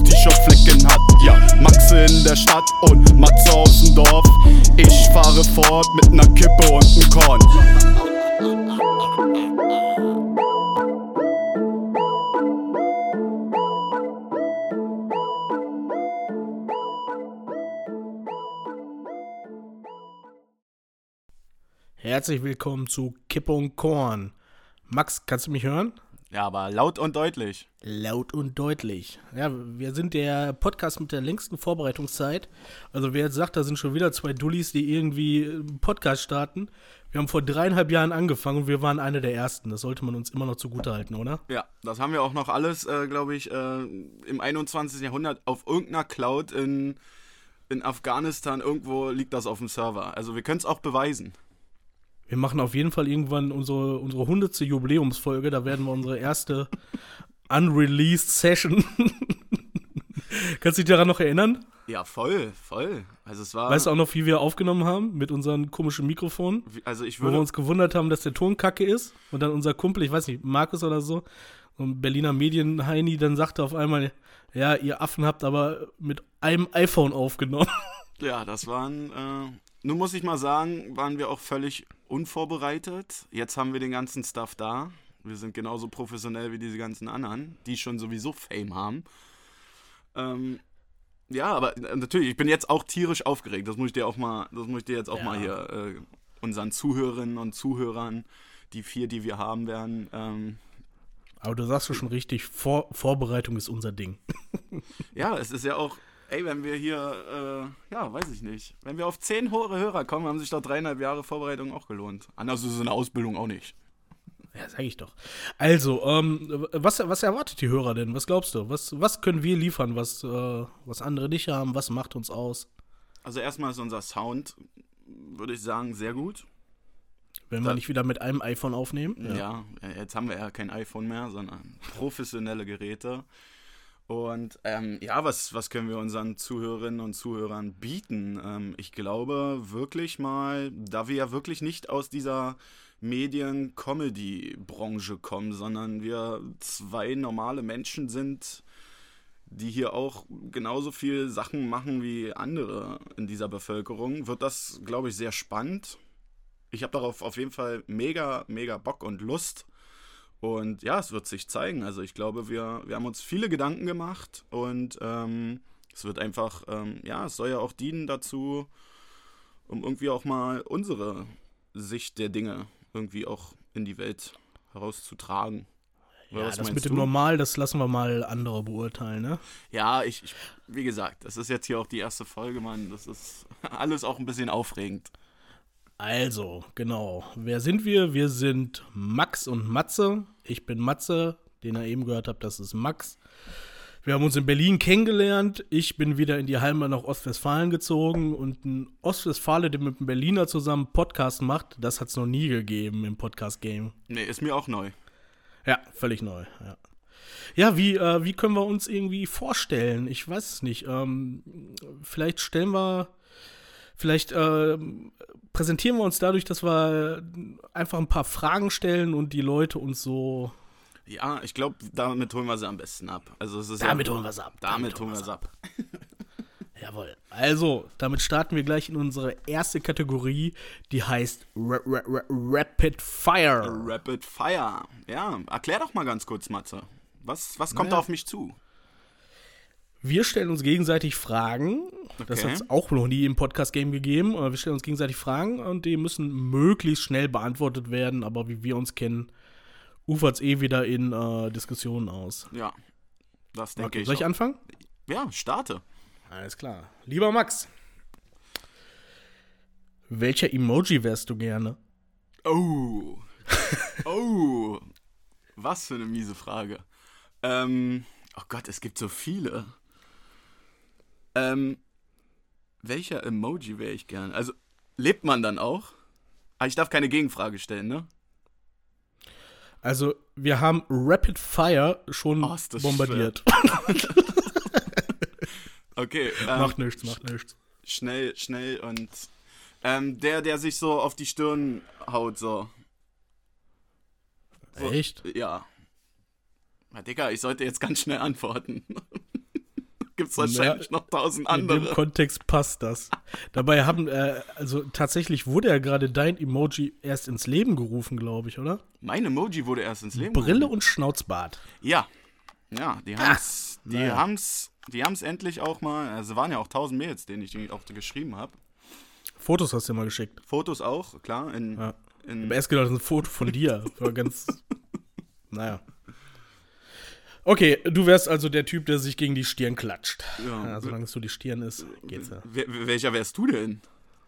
T-Shirt-Flecken hat. Ja, Maxe in der Stadt und Matze aus dem Dorf. Ich fahre fort mit ner Kippe und nem Korn. Herzlich willkommen zu Kippe und Korn. Max, kannst du mich hören? Ja, aber laut und deutlich. Laut und deutlich. Ja, wir sind der Podcast mit der längsten Vorbereitungszeit. Also wer jetzt sagt, da sind schon wieder zwei Dullis, die irgendwie einen Podcast starten. Wir haben vor 3,5 Jahren angefangen und wir waren eine der Ersten. Das sollte man uns immer noch zugutehalten, oder? Ja, das haben wir auch noch alles, glaube ich, im 21. Jahrhundert auf irgendeiner Cloud in Afghanistan. Irgendwo liegt das auf dem Server. Also wir können es auch beweisen. Wir machen auf jeden Fall irgendwann unsere 100. Jubiläumsfolge. Da werden wir unsere erste unreleased Session. Kannst du dich daran noch erinnern? Ja, voll. Also es war. Weißt du auch noch, wie wir aufgenommen haben mit unseren komischen Mikrofonen? Also wo wir uns gewundert haben, dass der Ton kacke ist. Und dann unser Kumpel, ich weiß nicht, Markus oder so, ein Berliner Medienheini, dann sagte auf einmal, ja, ihr Affen habt aber mit einem iPhone aufgenommen. Ja, das waren. Nun muss ich mal sagen, waren wir auch völlig unvorbereitet. Jetzt haben wir den ganzen Stuff da. Wir sind genauso professionell wie diese ganzen anderen, die schon sowieso Fame haben. Ja, aber natürlich, ich bin jetzt auch tierisch aufgeregt. Das muss ich dir jetzt auch mal hier unseren Zuhörerinnen und Zuhörern, die 4, die wir haben werden. Aber du sagst schon richtig, Vorbereitung ist unser Ding. Ja, es ist ja auch. Ey, wenn wir hier, weiß ich nicht. Wenn wir auf 10 Hörer kommen, haben sich doch 3,5 Jahre Vorbereitung auch gelohnt. Anders ist so eine Ausbildung auch nicht. Ja, sag ich doch. Also, was erwartet die Hörer denn? Was glaubst du? Was können wir liefern, was andere nicht haben? Was macht uns aus? Also erstmal ist unser Sound, würde ich sagen, sehr gut. Wenn wir nicht wieder mit einem iPhone aufnehmen? Ja, jetzt haben wir ja kein iPhone mehr, sondern professionelle Geräte. Und was können wir unseren Zuhörerinnen und Zuhörern bieten? Ich glaube wirklich mal, da wir ja wirklich nicht aus dieser Medien-Comedy-Branche kommen, sondern wir 2 normale Menschen sind, die hier auch genauso viel Sachen machen wie andere in dieser Bevölkerung, wird das, glaube ich, sehr spannend. Ich habe darauf auf jeden Fall mega, mega Bock und Lust. Und ja, es wird sich zeigen. Also ich glaube, wir haben uns viele Gedanken gemacht und es wird einfach, es soll ja auch dienen dazu, um irgendwie auch mal unsere Sicht der Dinge irgendwie auch in die Welt herauszutragen. Ja, das mit dem Normal, das lassen wir mal andere beurteilen, ne? Ja, wie gesagt, das ist jetzt hier auch die erste Folge, Mann. Das ist alles auch ein bisschen aufregend. Also, genau. Wer sind wir? Wir sind Max und Matze. Ich bin Matze, den ihr eben gehört habt, das ist Max. Wir haben uns in Berlin kennengelernt. Ich bin wieder in die Heimat nach Ostwestfalen gezogen. Und ein Ostwestfale, der mit einem Berliner zusammen Podcast macht, das hat es noch nie gegeben im Podcast-Game. Nee, ist mir auch neu. Ja, völlig neu, ja. Ja, wie können wir uns irgendwie vorstellen? Ich weiß es nicht. Vielleicht präsentieren wir uns dadurch, dass wir einfach ein paar Fragen stellen und die Leute uns so... Ja, ich glaube, damit holen wir sie am besten ab. Also es ist damit holen wir sie ab. Damit holen wir sie ab. Jawohl. Also, damit starten wir gleich in unsere erste Kategorie, die heißt Rapid Fire. Rapid Fire. Ja, erklär doch mal ganz kurz, Matze. Was kommt da auf mich zu? Wir stellen uns gegenseitig Fragen. Okay. Das hat es auch noch nie im Podcast-Game gegeben. Wir stellen uns gegenseitig Fragen und die müssen möglichst schnell beantwortet werden. Aber wie wir uns kennen, ufert es wieder in Diskussionen aus. Ja, das denke ich. Soll ich anfangen? Ja, starte. Alles klar. Lieber Max, welcher Emoji wärst du gerne? Oh, was für eine miese Frage. Oh Gott, es gibt so viele. Welcher Emoji wäre ich gern? Also, lebt man dann auch? Aber ich darf keine Gegenfrage stellen, ne? Also, wir haben Rapid Fire schon bombardiert. Okay. Macht nichts. Schnell und der sich so auf die Stirn haut, so. Echt? Ja. Na, Digga, ich sollte jetzt ganz schnell antworten. gibt es wahrscheinlich noch 1000 andere. In dem Kontext passt das. Dabei also tatsächlich wurde ja gerade dein Emoji erst ins Leben gerufen, glaube ich, oder? Mein Emoji wurde erst ins Leben Brille gerufen. und Schnauzbart. Ja, die haben's endlich auch mal, also waren ja auch 1000 Mails, denen ich auch geschrieben habe. Fotos hast du mal geschickt. Fotos auch, klar. Ich habe erst gedacht, das ist ein Foto von dir. War ganz, naja. Okay, du wärst also der Typ, der sich gegen die Stirn klatscht. Ja, solange es so die Stirn ist, geht's ja. Welcher wärst du denn?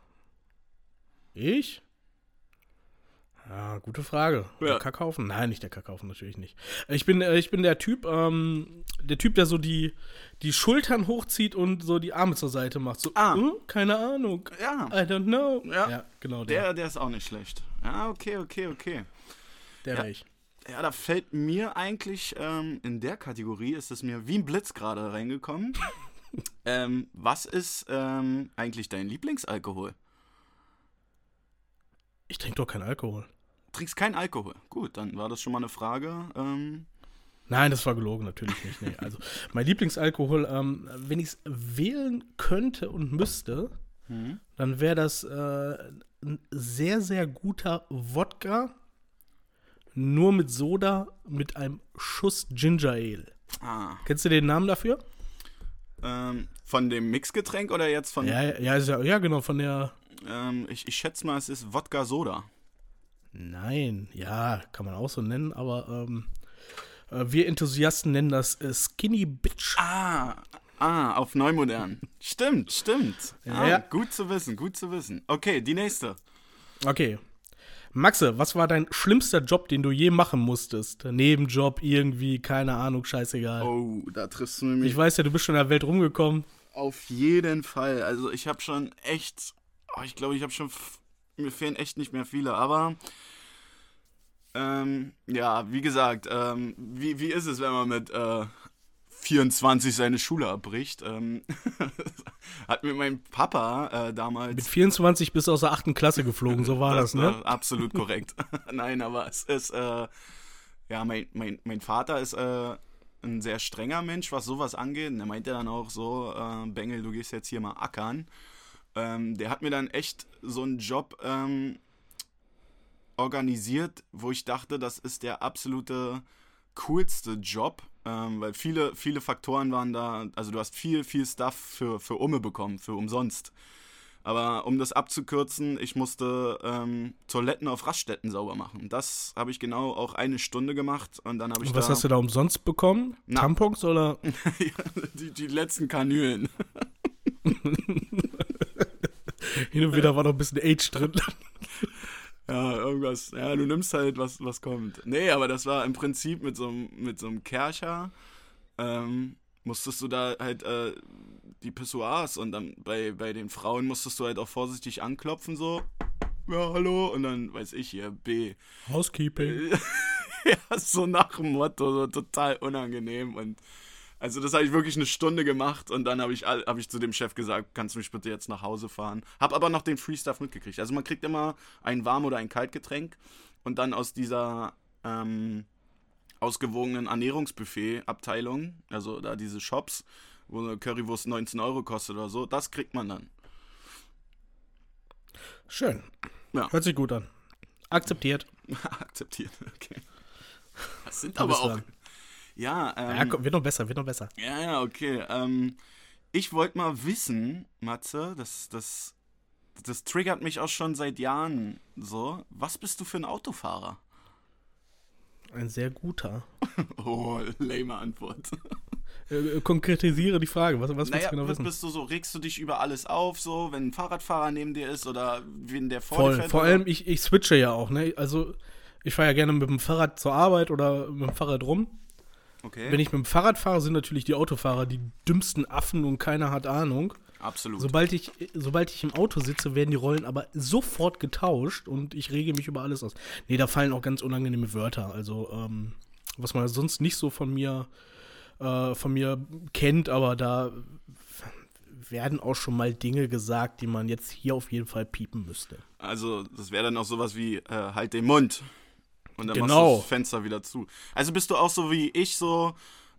Ich? Ja, gute Frage. Ja. Der Kackhaufen? Nein, nicht der Kackhaufen, natürlich nicht. Ich bin der Typ, der so die Schultern hochzieht und so die Arme zur Seite macht. So, keine Ahnung. Ja. I don't know. Ja, genau der ist auch nicht schlecht. Ja, okay. Der wäre ich. Ja, da fällt mir eigentlich, in der Kategorie ist es mir wie ein Blitz gerade reingekommen. Was ist eigentlich dein Lieblingsalkohol? Ich trinke doch keinen Alkohol. Trinkst keinen Alkohol? Gut, dann war das schon mal eine Frage. Nein, das war gelogen, natürlich nicht. Nee. Also, mein Lieblingsalkohol, wenn ich es wählen könnte und müsste, dann wäre das ein sehr, sehr guter Wodka, nur mit Soda, mit einem Schuss Ginger Ale. Kennst du den Namen dafür? Von dem Mixgetränk oder jetzt von... Ja, genau, von der... Ich schätze mal, es ist Wodka-Soda. Nein, ja, kann man auch so nennen, aber wir Enthusiasten nennen das Skinny Bitch. Auf Neumodern. Stimmt. Ja. Gut zu wissen. Okay, die nächste. Okay. Maxe, was war dein schlimmster Job, den du je machen musstest? Nebenjob, irgendwie, keine Ahnung, scheißegal. Oh, da triffst du mich. Ich weiß ja, du bist schon in der Welt rumgekommen. Auf jeden Fall. Also ich habe schon echt... ich glaube, mir fehlen echt nicht mehr viele, aber wie gesagt, wie ist es, wenn man mit 24 seine Schule abbricht? Hat mir mein Papa damals... Mit 24 bist du aus der 8. Klasse geflogen, so war das, ne? Absolut korrekt. Nein, aber es ist, mein Vater ist ein sehr strenger Mensch, was sowas angeht. Und er meinte dann auch so, Bengel, du gehst jetzt hier mal ackern. Der hat mir dann echt so einen Job organisiert, wo ich dachte, das ist der absolute coolste Job, weil viele Faktoren waren da, also du hast viel Stuff für Umme bekommen, für umsonst. Aber um das abzukürzen, ich musste Toiletten auf Raststätten sauber machen. Das habe ich genau auch 1 Stunde gemacht und dann habe ich was hast du da umsonst bekommen? Tampons oder? die letzten Kanülen. Hin und wieder war noch ein bisschen Age drin. Ja, irgendwas. Ja, du nimmst halt, was kommt. Nee, aber das war im Prinzip mit so einem Kercher, musstest du da halt die Pissoirs und dann bei den Frauen musstest du halt auch vorsichtig anklopfen, so. Ja, hallo. Und dann, weiß ich hier, B. Housekeeping. Ja, so nach dem Motto, so total unangenehm und also das habe ich wirklich 1 Stunde gemacht und dann habe ich zu dem Chef gesagt, kannst du mich bitte jetzt nach Hause fahren. Hab aber noch den Free Stuff mitgekriegt. Also man kriegt immer ein Warm- oder ein Kaltgetränk und dann aus dieser ausgewogenen Ernährungsbuffet-Abteilung, also da diese Shops, wo eine Currywurst 19 € kostet oder so, das kriegt man dann. Schön. Ja. Hört sich gut an. Akzeptiert. Akzeptiert, okay. Das sind aber auch... Dran. Ja, wird noch besser. Ja, okay. Ich wollte mal wissen, Matze, das triggert mich auch schon seit Jahren so. Was bist du für ein Autofahrer? Ein sehr guter. Oh, lame Antwort. Konkretisiere die Frage. Was willst du genau wissen? Bist du so, regst du dich über alles auf, so, wenn ein Fahrradfahrer neben dir ist oder wenn der vor dir fährt? Vor allem, ich switche ja auch, ne? Also, ich fahre ja gerne mit dem Fahrrad zur Arbeit oder mit dem Fahrrad rum. Okay. Wenn ich mit dem Fahrrad fahre, sind natürlich die Autofahrer die dümmsten Affen und keiner hat Ahnung. Absolut. Sobald ich im Auto sitze, werden die Rollen aber sofort getauscht und ich rege mich über alles aus. Nee, da fallen auch ganz unangenehme Wörter. Also, was man sonst nicht so von mir kennt, aber da werden auch schon mal Dinge gesagt, die man jetzt hier auf jeden Fall piepen müsste. Also, das wäre dann auch sowas wie, halt den Mund. Und dann Genau. machst du das Fenster wieder zu. Also bist du auch so wie ich so,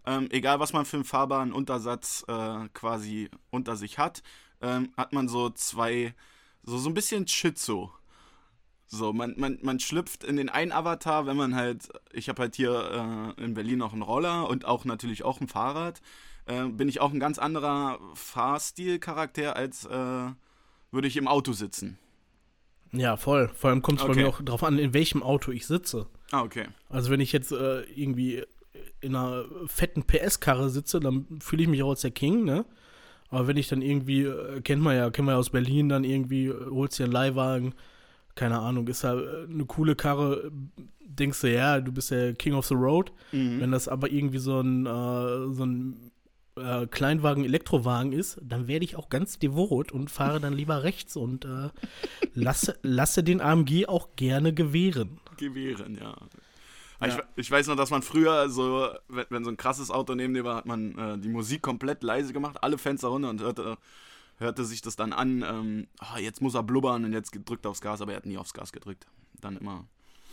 egal was man für einen fahrbaren Untersatz quasi unter sich hat, hat man so zwei, so ein bisschen Schizo. So, man schlüpft in den einen Avatar, wenn man halt, ich habe halt hier in Berlin noch einen Roller und auch natürlich auch ein Fahrrad, bin ich auch ein ganz anderer Fahrstil-Charakter, als würde ich im Auto sitzen. Ja, voll. Vor allem kommt es bei mir auch drauf an, in welchem Auto ich sitze. Ah, okay. Also wenn ich jetzt irgendwie in einer fetten PS-Karre sitze, dann fühle ich mich auch als der King, ne? Aber wenn ich dann irgendwie, kennt man ja aus Berlin, dann irgendwie holst dir einen Leihwagen, keine Ahnung, ist da eine coole Karre, denkst du, ja, du bist der King of the Road. Wenn das aber irgendwie so ein Kleinwagen, Elektrowagen ist, dann werde ich auch ganz devot und fahre dann lieber rechts und lasse den AMG auch gerne gewähren. Gewähren, ja. Ich weiß noch, dass man früher so, wenn so ein krasses Auto neben dir war, hat man die Musik komplett leise gemacht, alle Fenster runter und hörte sich das dann an, jetzt muss er blubbern und jetzt drückt er aufs Gas, aber er hat nie aufs Gas gedrückt. Dann immer,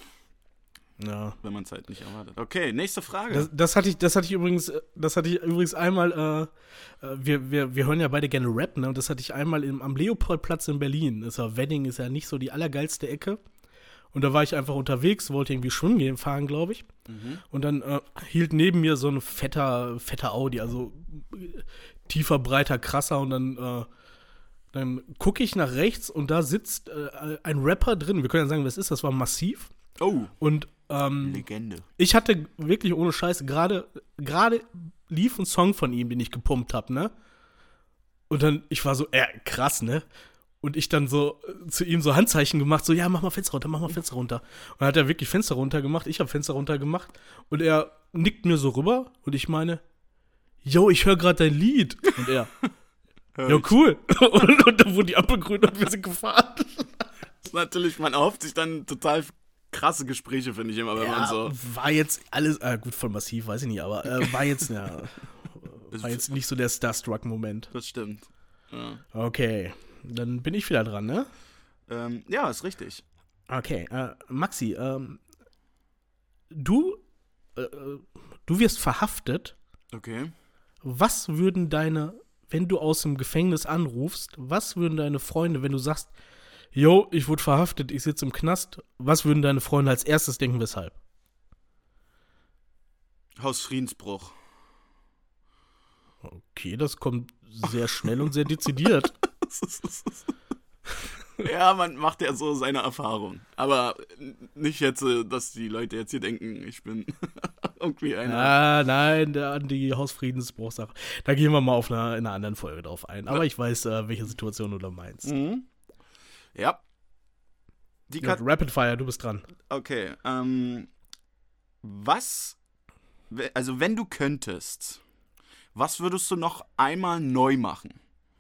wenn man es halt nicht erwartet. Okay, nächste Frage. Das hatte ich übrigens einmal, wir hören ja beide gerne Rap, ne? Und das hatte ich einmal am Leopoldplatz in Berlin. Wedding ist ja nicht so die allergeilste Ecke. Und da war ich einfach unterwegs, wollte irgendwie schwimmen fahren, glaube ich. Und dann hielt neben mir so ein fetter Audi, also tiefer, breiter, krasser. Und dann gucke ich nach rechts und da sitzt ein Rapper drin. Wir können ja sagen, was ist das? War Massiv. Oh. Und Legende. Ich hatte wirklich ohne Scheiß, gerade lief ein Song von ihm, den ich gepumpt habe, ne? Und dann, ich war so, krass, ne? Und ich dann so zu ihm so Handzeichen gemacht, so, ja, mach mal Fenster runter. Und dann hat er wirklich Fenster runter gemacht, ich habe Fenster runter gemacht und er nickt mir so rüber und ich meine, yo, ich höre gerade dein Lied. Und er, jo, cool. Und dann wurde die Ampel grün und wir sind gefahren. Das ist natürlich, man erhofft sich dann total krasse Gespräche, finde ich immer, wenn man so. War jetzt alles, gut, voll Massiv, weiß ich nicht, aber war jetzt nicht so der Starstruck-Moment. Das stimmt. Ja. Okay. Dann bin ich wieder dran, ne? Ja, ist richtig. Okay, Maxi, du wirst verhaftet. Okay. Wenn du aus dem Gefängnis anrufst, was würden deine Freunde, wenn du sagst, yo, ich wurde verhaftet, ich sitze im Knast, was würden deine Freunde als erstes denken, weshalb? Hausfriedensbruch. Okay, das kommt sehr schnell und sehr dezidiert. Ja, man macht ja so seine Erfahrung. Aber nicht jetzt, dass die Leute jetzt hier denken, ich bin irgendwie einer. Ah, nein, an die Hausfriedensbruchsache. Da gehen wir mal in einer anderen Folge drauf ein. Aber ich weiß, welche Situation du da meinst. Mhm. Ja. Rapid Fire, du bist dran. Okay. Wenn du könntest, was würdest du noch einmal neu machen?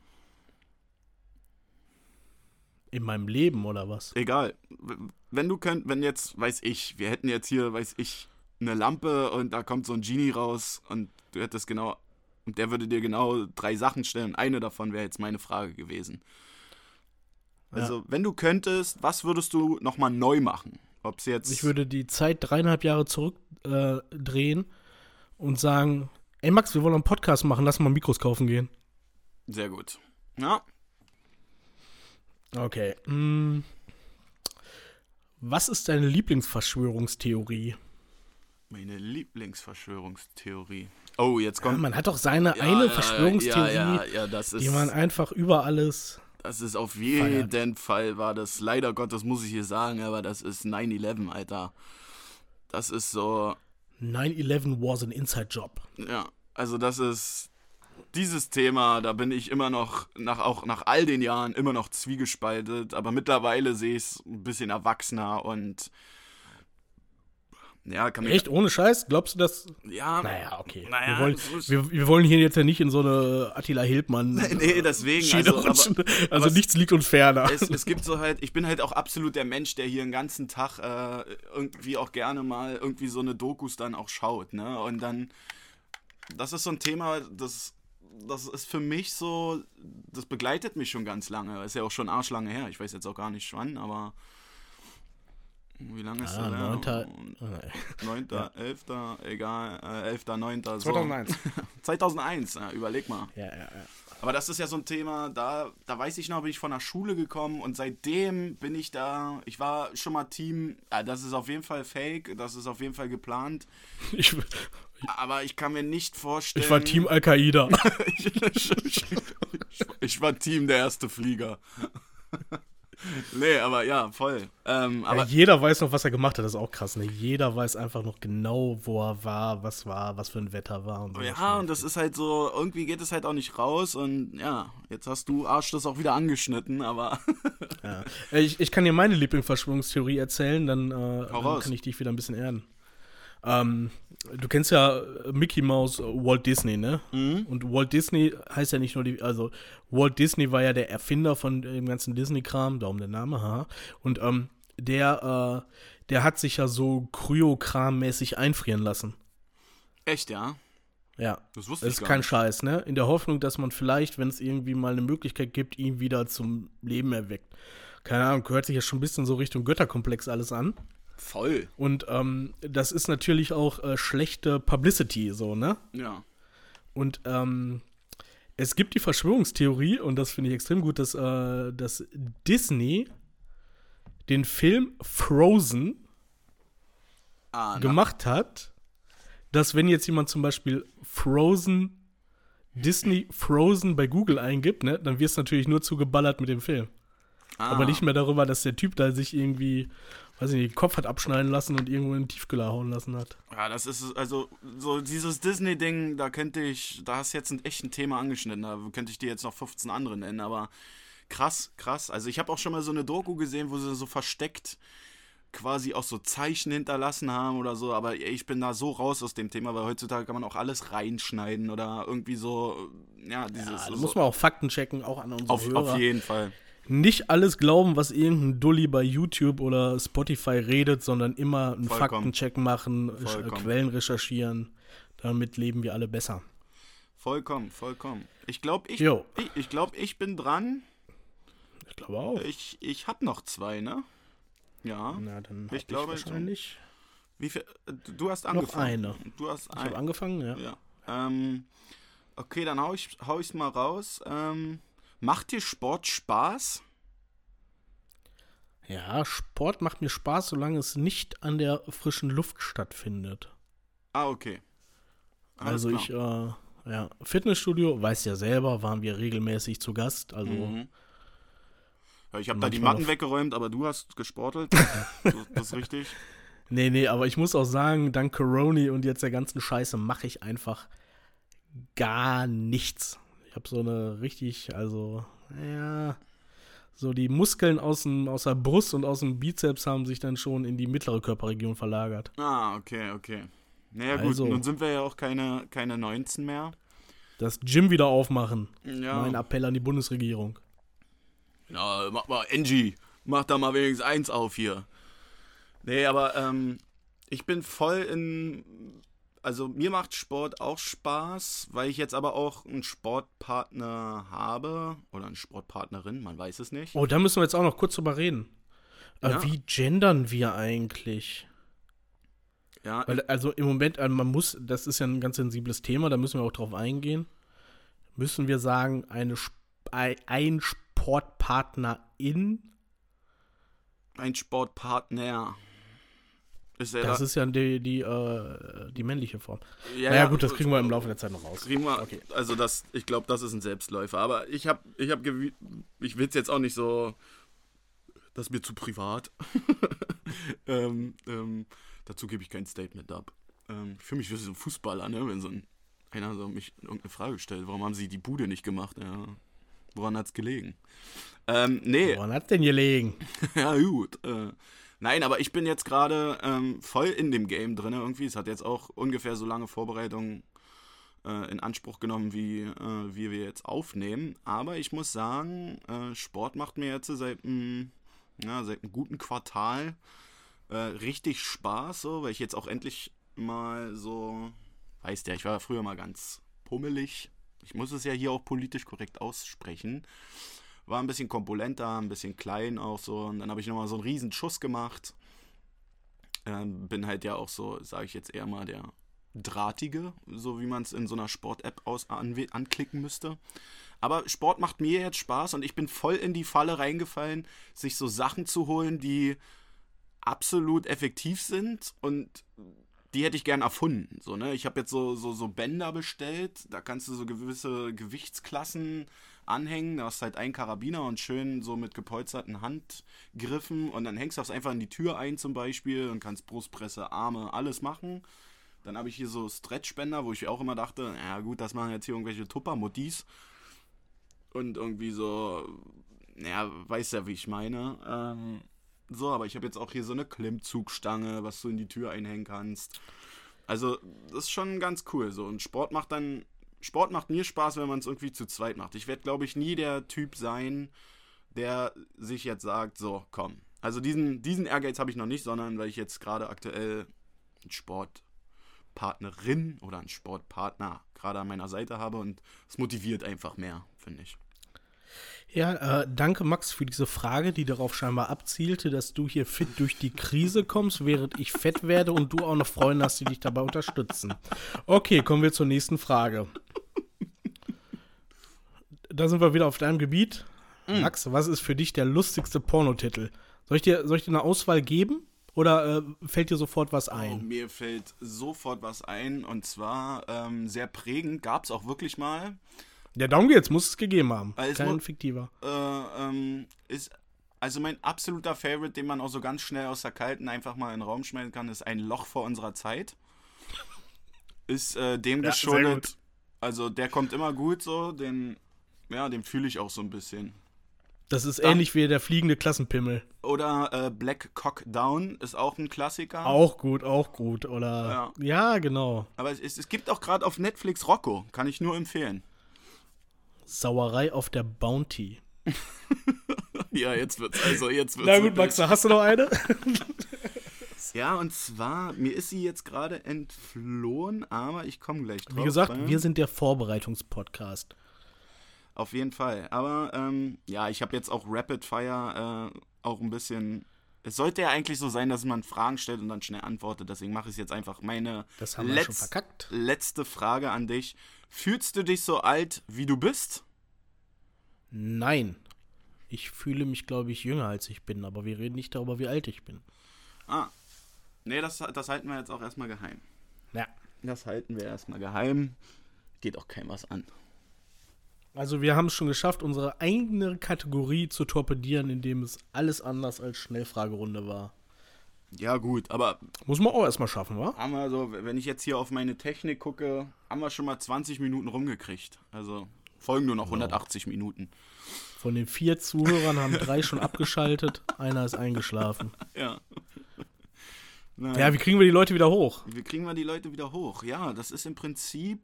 In meinem Leben, oder was? Egal. Wenn jetzt, wir hätten jetzt hier, eine Lampe und da kommt so ein Genie raus und du hättest genau, und der würde dir genau 3 Sachen stellen. Eine davon wäre jetzt meine Frage gewesen. Also, wenn du könntest, was würdest du nochmal neu machen? Ob's jetzt. Ich würde die Zeit 3,5 Jahre zurückdrehen und sagen, ey Max, wir wollen einen Podcast machen, lass mal Mikros kaufen gehen. Sehr gut. Ja. Okay. Was ist deine Lieblingsverschwörungstheorie? Meine Lieblingsverschwörungstheorie. Oh, jetzt kommt. Ja, man hat doch seine eine Verschwörungstheorie, die man einfach über alles. Das ist auf jeden Fall, war das, leider Gottes muss ich hier sagen, aber das ist 9/11, Alter. Das ist so. 9/11 was an inside job. Ja, also das ist. Dieses Thema, da bin ich immer noch, nach all den Jahren, immer noch zwiegespaltet, aber mittlerweile sehe ich es ein bisschen erwachsener und ja, kann mich. Echt? Ohne Scheiß? Glaubst du das? Ja. Naja, okay. Naja, wir wollen hier jetzt ja nicht in so eine Attila Hildmann. Nee, deswegen. Also nichts liegt uns ferner. Es gibt so halt, ich bin halt auch absolut der Mensch, der hier den ganzen Tag irgendwie auch gerne mal irgendwie so eine Dokus dann auch schaut, ne? Und dann, das ist so ein Thema, das ist für mich so, das begleitet mich schon ganz lange. Ist ja auch schon arschlange her. Ich weiß jetzt auch gar nicht wann, aber Wie lange ist Ah, der? 9. 9., 11., egal, 11., 9., so. 2001. 2001, ja, überleg mal. Ja. Aber das ist ja so ein Thema, da weiß ich noch, bin ich von der Schule gekommen und seitdem bin ich da, ich war schon mal Team, das ist auf jeden Fall fake, das ist auf jeden Fall geplant, aber ich kann mir nicht vorstellen... Ich war Team Al-Qaida. Ich war Team der erste Flieger. Nee, aber ja, voll. Aber jeder weiß noch, was er gemacht hat, das ist auch krass. Ne? Jeder weiß einfach noch genau, wo er war, was für ein Wetter war. Und so. Ja, und das ist halt so, irgendwie geht es halt auch nicht raus und ja, jetzt hast du Arsch das auch wieder angeschnitten, aber... Ja. Ich kann dir meine Lieblingsverschwörungstheorie erzählen, dann raus. kann ich dich wieder ein bisschen erden. Du kennst ja Mickey Mouse, Walt Disney, ne? Mhm. Und Walt Disney heißt ja nicht nur Walt Disney war ja der Erfinder von dem ganzen Disney-Kram, darum der Name, haha. Und der hat sich ja so Kryokram-mäßig einfrieren lassen. Echt, ja? Ja, Das wusste das ich ist gar kein nicht. Scheiß, ne? In der Hoffnung, dass man vielleicht, wenn es irgendwie mal eine Möglichkeit gibt, ihn wieder zum Leben erweckt. Keine Ahnung, gehört sich ja schon ein bisschen so Richtung Götterkomplex alles an. Voll. Und das ist natürlich auch schlechte Publicity, so, ne? Ja. Und es gibt die Verschwörungstheorie, und das finde ich extrem gut, dass Disney den Film Frozen gemacht hat, dass wenn jetzt jemand zum Beispiel Disney Frozen bei Google eingibt, ne, dann wird es natürlich nur zugeballert mit dem Film. Aber nicht mehr darüber, dass der Typ da sich irgendwie, weiß ich nicht, den Kopf hat abschneiden lassen und irgendwo in den Tiefkühler hauen lassen hat. Ja, das ist, also, so dieses Disney-Ding, da hast du jetzt echt ein Thema angeschnitten, da könnte ich dir jetzt noch 15 andere nennen, aber krass. Also ich habe auch schon mal so eine Doku gesehen, wo sie so versteckt quasi auch so Zeichen hinterlassen haben oder so, aber ich bin da so raus aus dem Thema, weil heutzutage kann man auch alles reinschneiden oder irgendwie so, ja, dieses... Ja, da so, muss man auch Fakten checken, auch an unsere Hörer. auf jeden Fall. Nicht alles glauben, was irgendein Dulli bei YouTube oder Spotify redet, sondern immer einen Faktencheck machen, Quellen recherchieren. Damit leben wir alle besser. Vollkommen. Ich glaube, ich bin dran. Ich glaube auch. Ich habe noch 2, ne? Ja. Na, dann ich glaube wahrscheinlich. Wie viel? Du hast angefangen. Noch eine. Ich habe angefangen, ja. Okay, dann hau ich's mal raus. Macht dir Sport Spaß? Ja, Sport macht mir Spaß, solange es nicht an der frischen Luft stattfindet. Okay. Alles klar. Fitnessstudio, weißt ja selber, waren wir regelmäßig zu Gast. Also Ja, ich habe da die Matten weggeräumt, aber du hast gesportelt. Das ist richtig. Nee, aber ich muss auch sagen, dank Corona und jetzt der ganzen Scheiße mache ich einfach gar nichts. Ich habe so eine richtig, so die Muskeln aus der Brust und aus dem Bizeps haben sich dann schon in die mittlere Körperregion verlagert. Okay. Naja gut, nun sind wir ja auch keine 19 mehr. Das Gym wieder aufmachen. Ja. Mein Appell an die Bundesregierung. Ja, mach mal, Angie, mach da mal wenigstens 1 auf hier. Nee, aber ich bin voll also mir macht Sport auch Spaß, weil ich jetzt aber auch einen Sportpartner habe oder eine Sportpartnerin, man weiß es nicht. Oh, da müssen wir jetzt auch noch kurz drüber reden. Ja. Wie gendern wir eigentlich? Ja. Weil, also im Moment, das ist ja ein ganz sensibles Thema, da müssen wir auch drauf eingehen. Müssen wir sagen, ein Sportpartnerin? Ein Sportpartner. Ist ja die männliche Form. Ja, naja, gut, das kriegen wir im Laufe der Zeit noch raus. Okay. Also ich glaube, das ist ein Selbstläufer. Aber ich will es jetzt auch nicht so, das ist mir zu privat. Dazu gebe ich kein Statement ab. Ich fühle mich wie so ein Fußballer, ne? Wenn einer mich irgendeine Frage stellt, warum haben sie die Bude nicht gemacht? Ja. Woran hat's gelegen? Nee. Woran hat's denn gelegen? Ja, gut. Nein, aber ich bin jetzt gerade voll in dem Game drin irgendwie. Es hat jetzt auch ungefähr so lange Vorbereitung in Anspruch genommen, wie wir jetzt aufnehmen. Aber ich muss sagen, Sport macht mir jetzt seit einem guten Quartal richtig Spaß, so, weil ich jetzt auch endlich mal so, weißt ja, ich war früher mal ganz pummelig. Ich muss es ja hier auch politisch korrekt aussprechen. War ein bisschen korpulenter, ein bisschen klein auch so. Und dann habe ich nochmal so einen riesen Schuss gemacht. Bin halt ja auch so, sage ich jetzt eher mal, der Drahtige, so wie man es in so einer Sport-App anklicken müsste. Aber Sport macht mir jetzt Spaß und ich bin voll in die Falle reingefallen, sich so Sachen zu holen, die absolut effektiv sind und die hätte ich gern erfunden. So, ne? Ich habe jetzt so Bänder bestellt, da kannst du so gewisse Gewichtsklassen anhängen, da hast du halt einen Karabiner und schön so mit gepolsterten Handgriffen und dann hängst du das einfach in die Tür ein zum Beispiel und kannst Brustpresse, Arme, alles machen. Dann habe ich hier so Stretchbänder, wo ich auch immer dachte, ja gut, das machen jetzt hier irgendwelche Tupper-Muttis. Und irgendwie so, ja, weiß ja, wie ich meine. So, aber ich habe jetzt auch hier so eine Klimmzugstange, was du in die Tür einhängen kannst. Also, das ist schon ganz cool so. Und Sport macht mir Spaß, wenn man es irgendwie zu zweit macht. Ich werde, glaube ich, nie der Typ sein, der sich jetzt sagt, so, komm. Also diesen Ehrgeiz habe ich noch nicht, sondern weil ich jetzt gerade aktuell einen Sportpartnerin oder einen Sportpartner gerade an meiner Seite habe und es motiviert einfach mehr, finde ich. Ja, danke Max für diese Frage, die darauf scheinbar abzielte, dass du hier fit durch die Krise kommst, während ich fett werde und du auch noch Freunde hast, die dich dabei unterstützen. Okay, kommen wir zur nächsten Frage. Da sind wir wieder auf deinem Gebiet. Max, was ist für dich der lustigste Pornotitel? Soll ich dir eine Auswahl geben oder fällt dir sofort was ein? Oh, mir fällt sofort was ein und zwar sehr prägend, gab es auch wirklich mal. Ja, darum geht's, muss es gegeben haben. Also, kein fiktiver. Ist also mein absoluter Favorite, den man auch so ganz schnell aus der Kalten einfach mal in den Raum schmeißen kann, ist Ein Loch vor unserer Zeit. Ist dem geschuldet, also der kommt immer gut so, den fühle ich auch so ein bisschen. Das ist ähnlich wie der fliegende Klassenpimmel. Oder Black Cock Down ist auch ein Klassiker. Auch gut. Oder ja genau. Aber es gibt auch gerade auf Netflix Rocco, kann ich nur empfehlen. Sauerei auf der Bounty. Ja, jetzt wird's. Na gut, Max, hast du noch eine? Ja, und zwar, mir ist sie jetzt gerade entflohen, aber ich komme gleich drauf. Wie gesagt, wir sind der Vorbereitungspodcast. Auf jeden Fall. Aber ich habe jetzt auch Rapid Fire auch ein bisschen. Es sollte ja eigentlich so sein, dass man Fragen stellt und dann schnell antwortet. Deswegen mache ich jetzt einfach meine das haben wir schon verkackt. Letzte Frage an dich. Fühlst du dich so alt, wie du bist? Nein. Ich fühle mich, glaube ich, jünger als ich bin, aber wir reden nicht darüber, wie alt ich bin. Nee, das halten wir jetzt auch erstmal geheim. Ja. Das halten wir erstmal geheim. Geht auch keinem was an. Also wir haben es schon geschafft, unsere eigene Kategorie zu torpedieren, indem es alles anders als Schnellfragerunde war. Ja gut, aber muss man auch erstmal schaffen, wa? Haben wir so, wenn ich jetzt hier auf meine Technik gucke, haben wir schon mal 20 Minuten rumgekriegt. Also folgen nur noch 180 Minuten. Von den 4 Zuhörern haben 3 schon abgeschaltet, einer ist eingeschlafen. Ja. Ja, wie kriegen wir die Leute wieder hoch? Ja, das ist im Prinzip,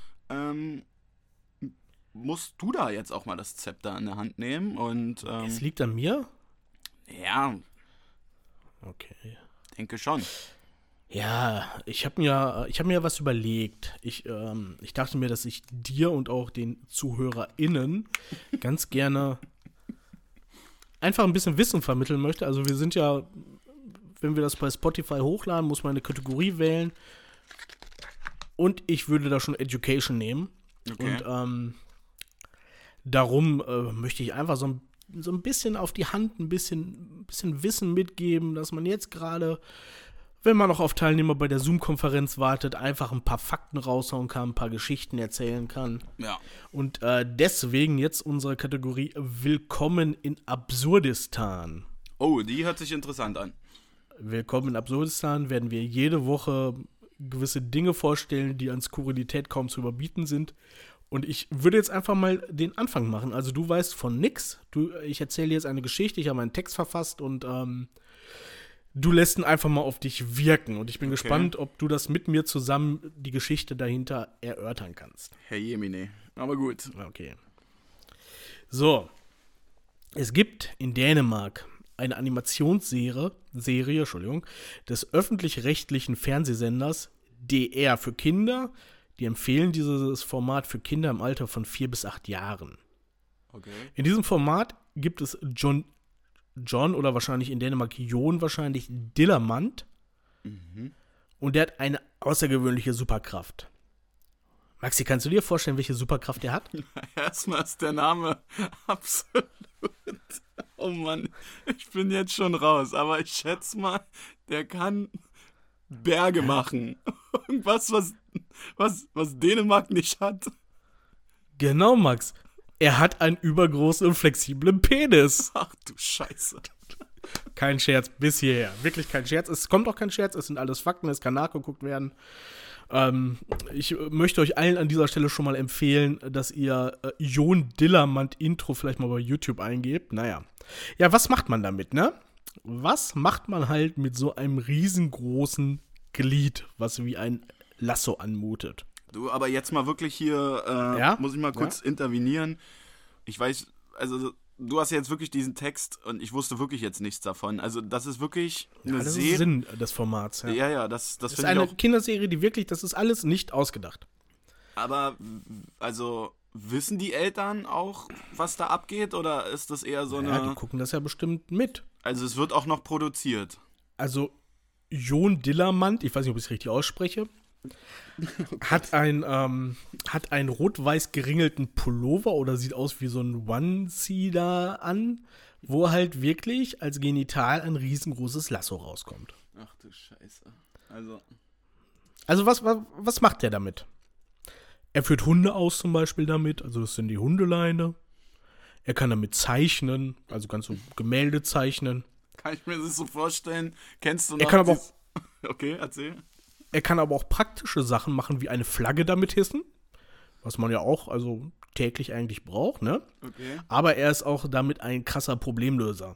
musst du da jetzt auch mal das Zepter in der Hand nehmen und Es liegt an mir? Ja. Okay. Denke schon. Ja, ich hab mir was überlegt. Ich dachte mir, dass ich dir und auch den ZuhörerInnen ganz gerne einfach ein bisschen Wissen vermitteln möchte. Also wir sind ja, wenn wir das bei Spotify hochladen, muss man eine Kategorie wählen. Und ich würde da schon Education nehmen. Okay. Und darum möchte ich einfach so ein bisschen auf die Hand, ein bisschen Wissen mitgeben, dass man jetzt gerade, wenn man noch auf Teilnehmer bei der Zoom-Konferenz wartet, einfach ein paar Fakten raushauen kann, ein paar Geschichten erzählen kann. Ja. Und deswegen jetzt unsere Kategorie Willkommen in Absurdistan. Oh, die hört sich interessant an. Willkommen in Absurdistan werden wir jede Woche gewisse Dinge vorstellen, die an Skurrilität kaum zu überbieten sind. Und ich würde jetzt einfach mal den Anfang machen. Also du weißt von nix. Ich erzähle jetzt eine Geschichte, ich habe einen Text verfasst und du lässt ihn einfach mal auf dich wirken. Und ich bin gespannt, ob du das mit mir zusammen die Geschichte dahinter erörtern kannst. Herr Jemine, aber gut. Okay. So. Es gibt in Dänemark eine Animationsserie, des öffentlich-rechtlichen Fernsehsenders DR für Kinder. Die empfehlen dieses Format für Kinder im Alter von 4 bis 8 Jahren. Okay. In diesem Format gibt es John oder wahrscheinlich in Dänemark Jon wahrscheinlich Dillermand. Und der hat eine außergewöhnliche Superkraft. Maxi, kannst du dir vorstellen, welche Superkraft er hat? Erstmal ist der Name absolut. Oh Mann, ich bin jetzt schon raus, aber ich schätze mal, der kann Berge machen. Irgendwas, was Dänemark nicht hat. Genau, Max. Er hat einen übergroßen und flexiblen Penis. Ach du Scheiße. Kein Scherz, bis hierher. Wirklich kein Scherz. Es kommt auch kein Scherz, es sind alles Fakten, es kann nachgeguckt werden. Ich möchte euch allen an dieser Stelle schon mal empfehlen, dass ihr Jon Dillermand Intro vielleicht mal bei YouTube eingebt. Naja. Ja, was macht man damit, ne? Was macht man halt mit so einem riesengroßen Glied, was wie ein Lasso anmutet? Du, aber jetzt mal wirklich hier, Ja? muss ich mal kurz intervenieren. Ich weiß, also du hast jetzt wirklich diesen Text und ich wusste wirklich jetzt nichts davon. Also das ist wirklich eine Das ist Serie. Sinn des Formats. Ja. Ja, das Das ist finde ich eine auch. Kinderserie, die wirklich, das ist alles nicht ausgedacht. Aber, also, wissen die Eltern auch, was da abgeht? Oder ist das eher so Ja, die eine... gucken das ja bestimmt mit. Also es wird auch noch produziert. Also, Jon Dillermand, ich weiß nicht, ob ich es richtig ausspreche, hat einen rot-weiß geringelten Pullover oder sieht aus wie so ein Onesie da an, wo halt wirklich als Genital ein riesengroßes Lasso rauskommt. Ach du Scheiße. Also was macht der damit? Er führt Hunde aus zum Beispiel damit, also das sind die Hundeleine. Er kann damit zeichnen, also ganz so Gemälde zeichnen. Kann ich mir das so vorstellen? Kennst du noch... Er kann aber auch Okay, erzähl. Er kann aber auch praktische Sachen machen, wie eine Flagge damit hissen, was man ja auch also täglich eigentlich braucht, ne? Okay. Aber er ist auch damit ein krasser Problemlöser.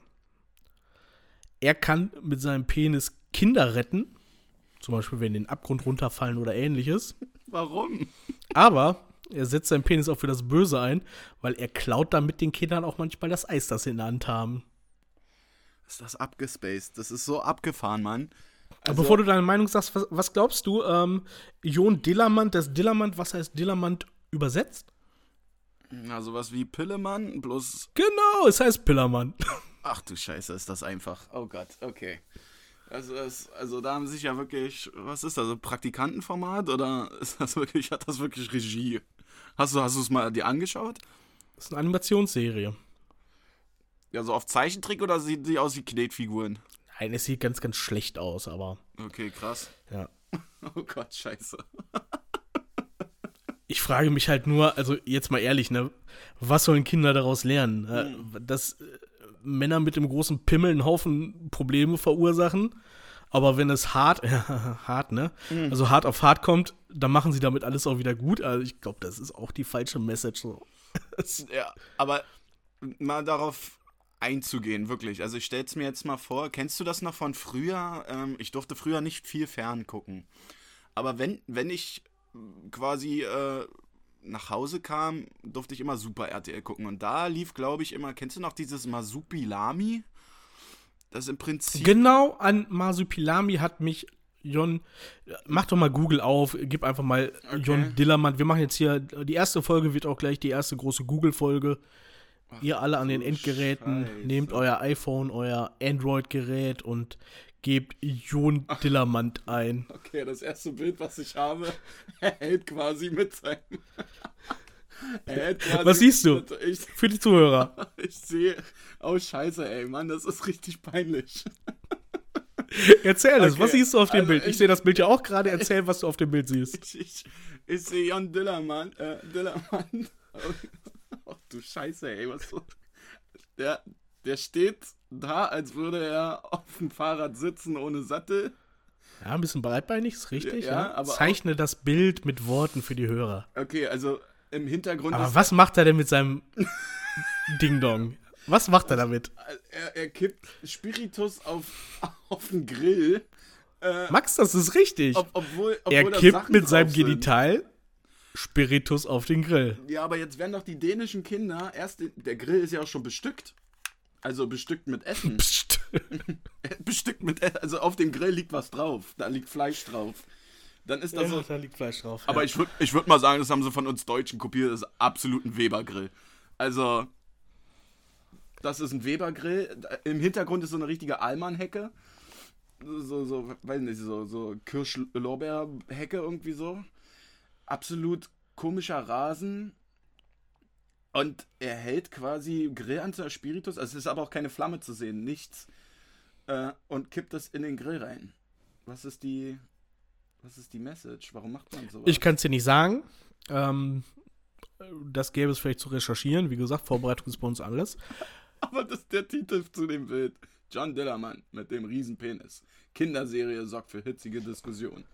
Er kann mit seinem Penis Kinder retten, zum Beispiel wenn die in den Abgrund runterfallen oder ähnliches. Warum? Aber er setzt seinen Penis auch für das Böse ein, weil er klaut damit den Kindern auch manchmal das Eis, das sie in der Hand haben. Ist das abgespaced? Das ist so abgefahren, Mann. Aber bevor du deine Meinung sagst, was glaubst du, Jon Dillermand, was heißt Dillermand übersetzt? Na, sowas wie Pillemann, bloß... Genau, es heißt Pillermann. Ach du Scheiße, ist das einfach. Oh Gott, okay. Also da haben sich ja wirklich... Was ist das, so Praktikantenformat? Oder ist das wirklich, hat das wirklich Regie? Hast du es mal dir angeschaut? Das ist eine Animationsserie. Ja, so auf Zeichentrick oder sieht die aus wie Knetfiguren? Nein, es sieht ganz, ganz schlecht aus, aber Okay, krass. ja. Oh Gott, scheiße. Ich frage mich halt nur, also jetzt mal ehrlich, ne, was sollen Kinder daraus lernen? Dass Männer mit dem großen Pimmel einen Haufen Probleme verursachen, aber wenn es hart auf hart kommt, dann machen sie damit alles auch wieder gut. Also ich glaube, das ist auch die falsche Message. So. Ja, aber mal darauf einzugehen, wirklich. Also ich stell's mir jetzt mal vor, kennst du das noch von früher? Ich durfte früher nicht viel fern gucken. Aber wenn ich quasi nach Hause kam, durfte ich immer Super RTL gucken. Und da lief, glaube ich, immer, kennst du noch dieses Masupilami? Das im Prinzip... Genau an Masupilami hat mich Jon, mach doch mal Google auf, gib einfach mal Okay. Jon Dillermand. Wir machen jetzt hier, die erste Folge wird auch gleich die erste große Google-Folge. Ihr alle an den du Endgeräten, Scheiße. nehmt euer iPhone, euer Android-Gerät und gebt Jon Dillermand ein. Okay, das erste Bild, was ich habe, er hält quasi mit seinem... Er hält quasi Was siehst du? Ich, Für die Zuhörer. ich sehe... Oh, scheiße, ey, Mann, das ist richtig peinlich. Erzähl es, Okay, was siehst du auf dem also Bild? Ich sehe das Bild ja auch gerade, erzähl, was du auf dem Bild siehst. Ich sehe Jon Dillermand. Ach du Scheiße, ey, was so... Der steht da, als würde er auf dem Fahrrad sitzen ohne Sattel. Ja, ein bisschen breitbeinig, ist richtig. Ja, Ja. aber Zeichne das Bild mit Worten für die Hörer. Okay, also im Hintergrund Aber ist... was macht er denn mit seinem Ding-Dong? Was macht er damit? Er kippt Spiritus auf den Grill. Max, das ist richtig. Obwohl Er da kippt Sachen mit drauf seinem sind. Spiritus auf den Grill. Ja, aber jetzt werden doch die dänischen Kinder der Grill ist ja auch schon bestückt. Also bestückt mit Essen. Psst. Bestückt mit Essen. Also auf dem Grill liegt was drauf. Da liegt Fleisch drauf. Dann ist das so. da liegt Fleisch drauf. Aber ja. ich würd mal sagen, das haben sie von uns Deutschen kopiert. Das ist absolut ein Weber-Grill. Also, das ist ein Weber-Grill. Im Hintergrund ist so eine richtige Alman-Hecke. weiß nicht, so Kirsch-Lorbeer-Hecke irgendwie so. Absolut komischer Rasen. Und er hält quasi Grillanzünder Spiritus, also es ist aber auch keine Flamme zu sehen, nichts. Und kippt das in den Grill rein. Was ist die Message? Warum macht man sowas? Ich kann es dir nicht sagen. Das gäbe es vielleicht zu recherchieren. Wie gesagt, Vorbereitung ist bei uns alles. Aber das ist der Titel zu dem Bild. John Dillermann mit dem Riesenpenis. Kinderserie sorgt für hitzige Diskussionen.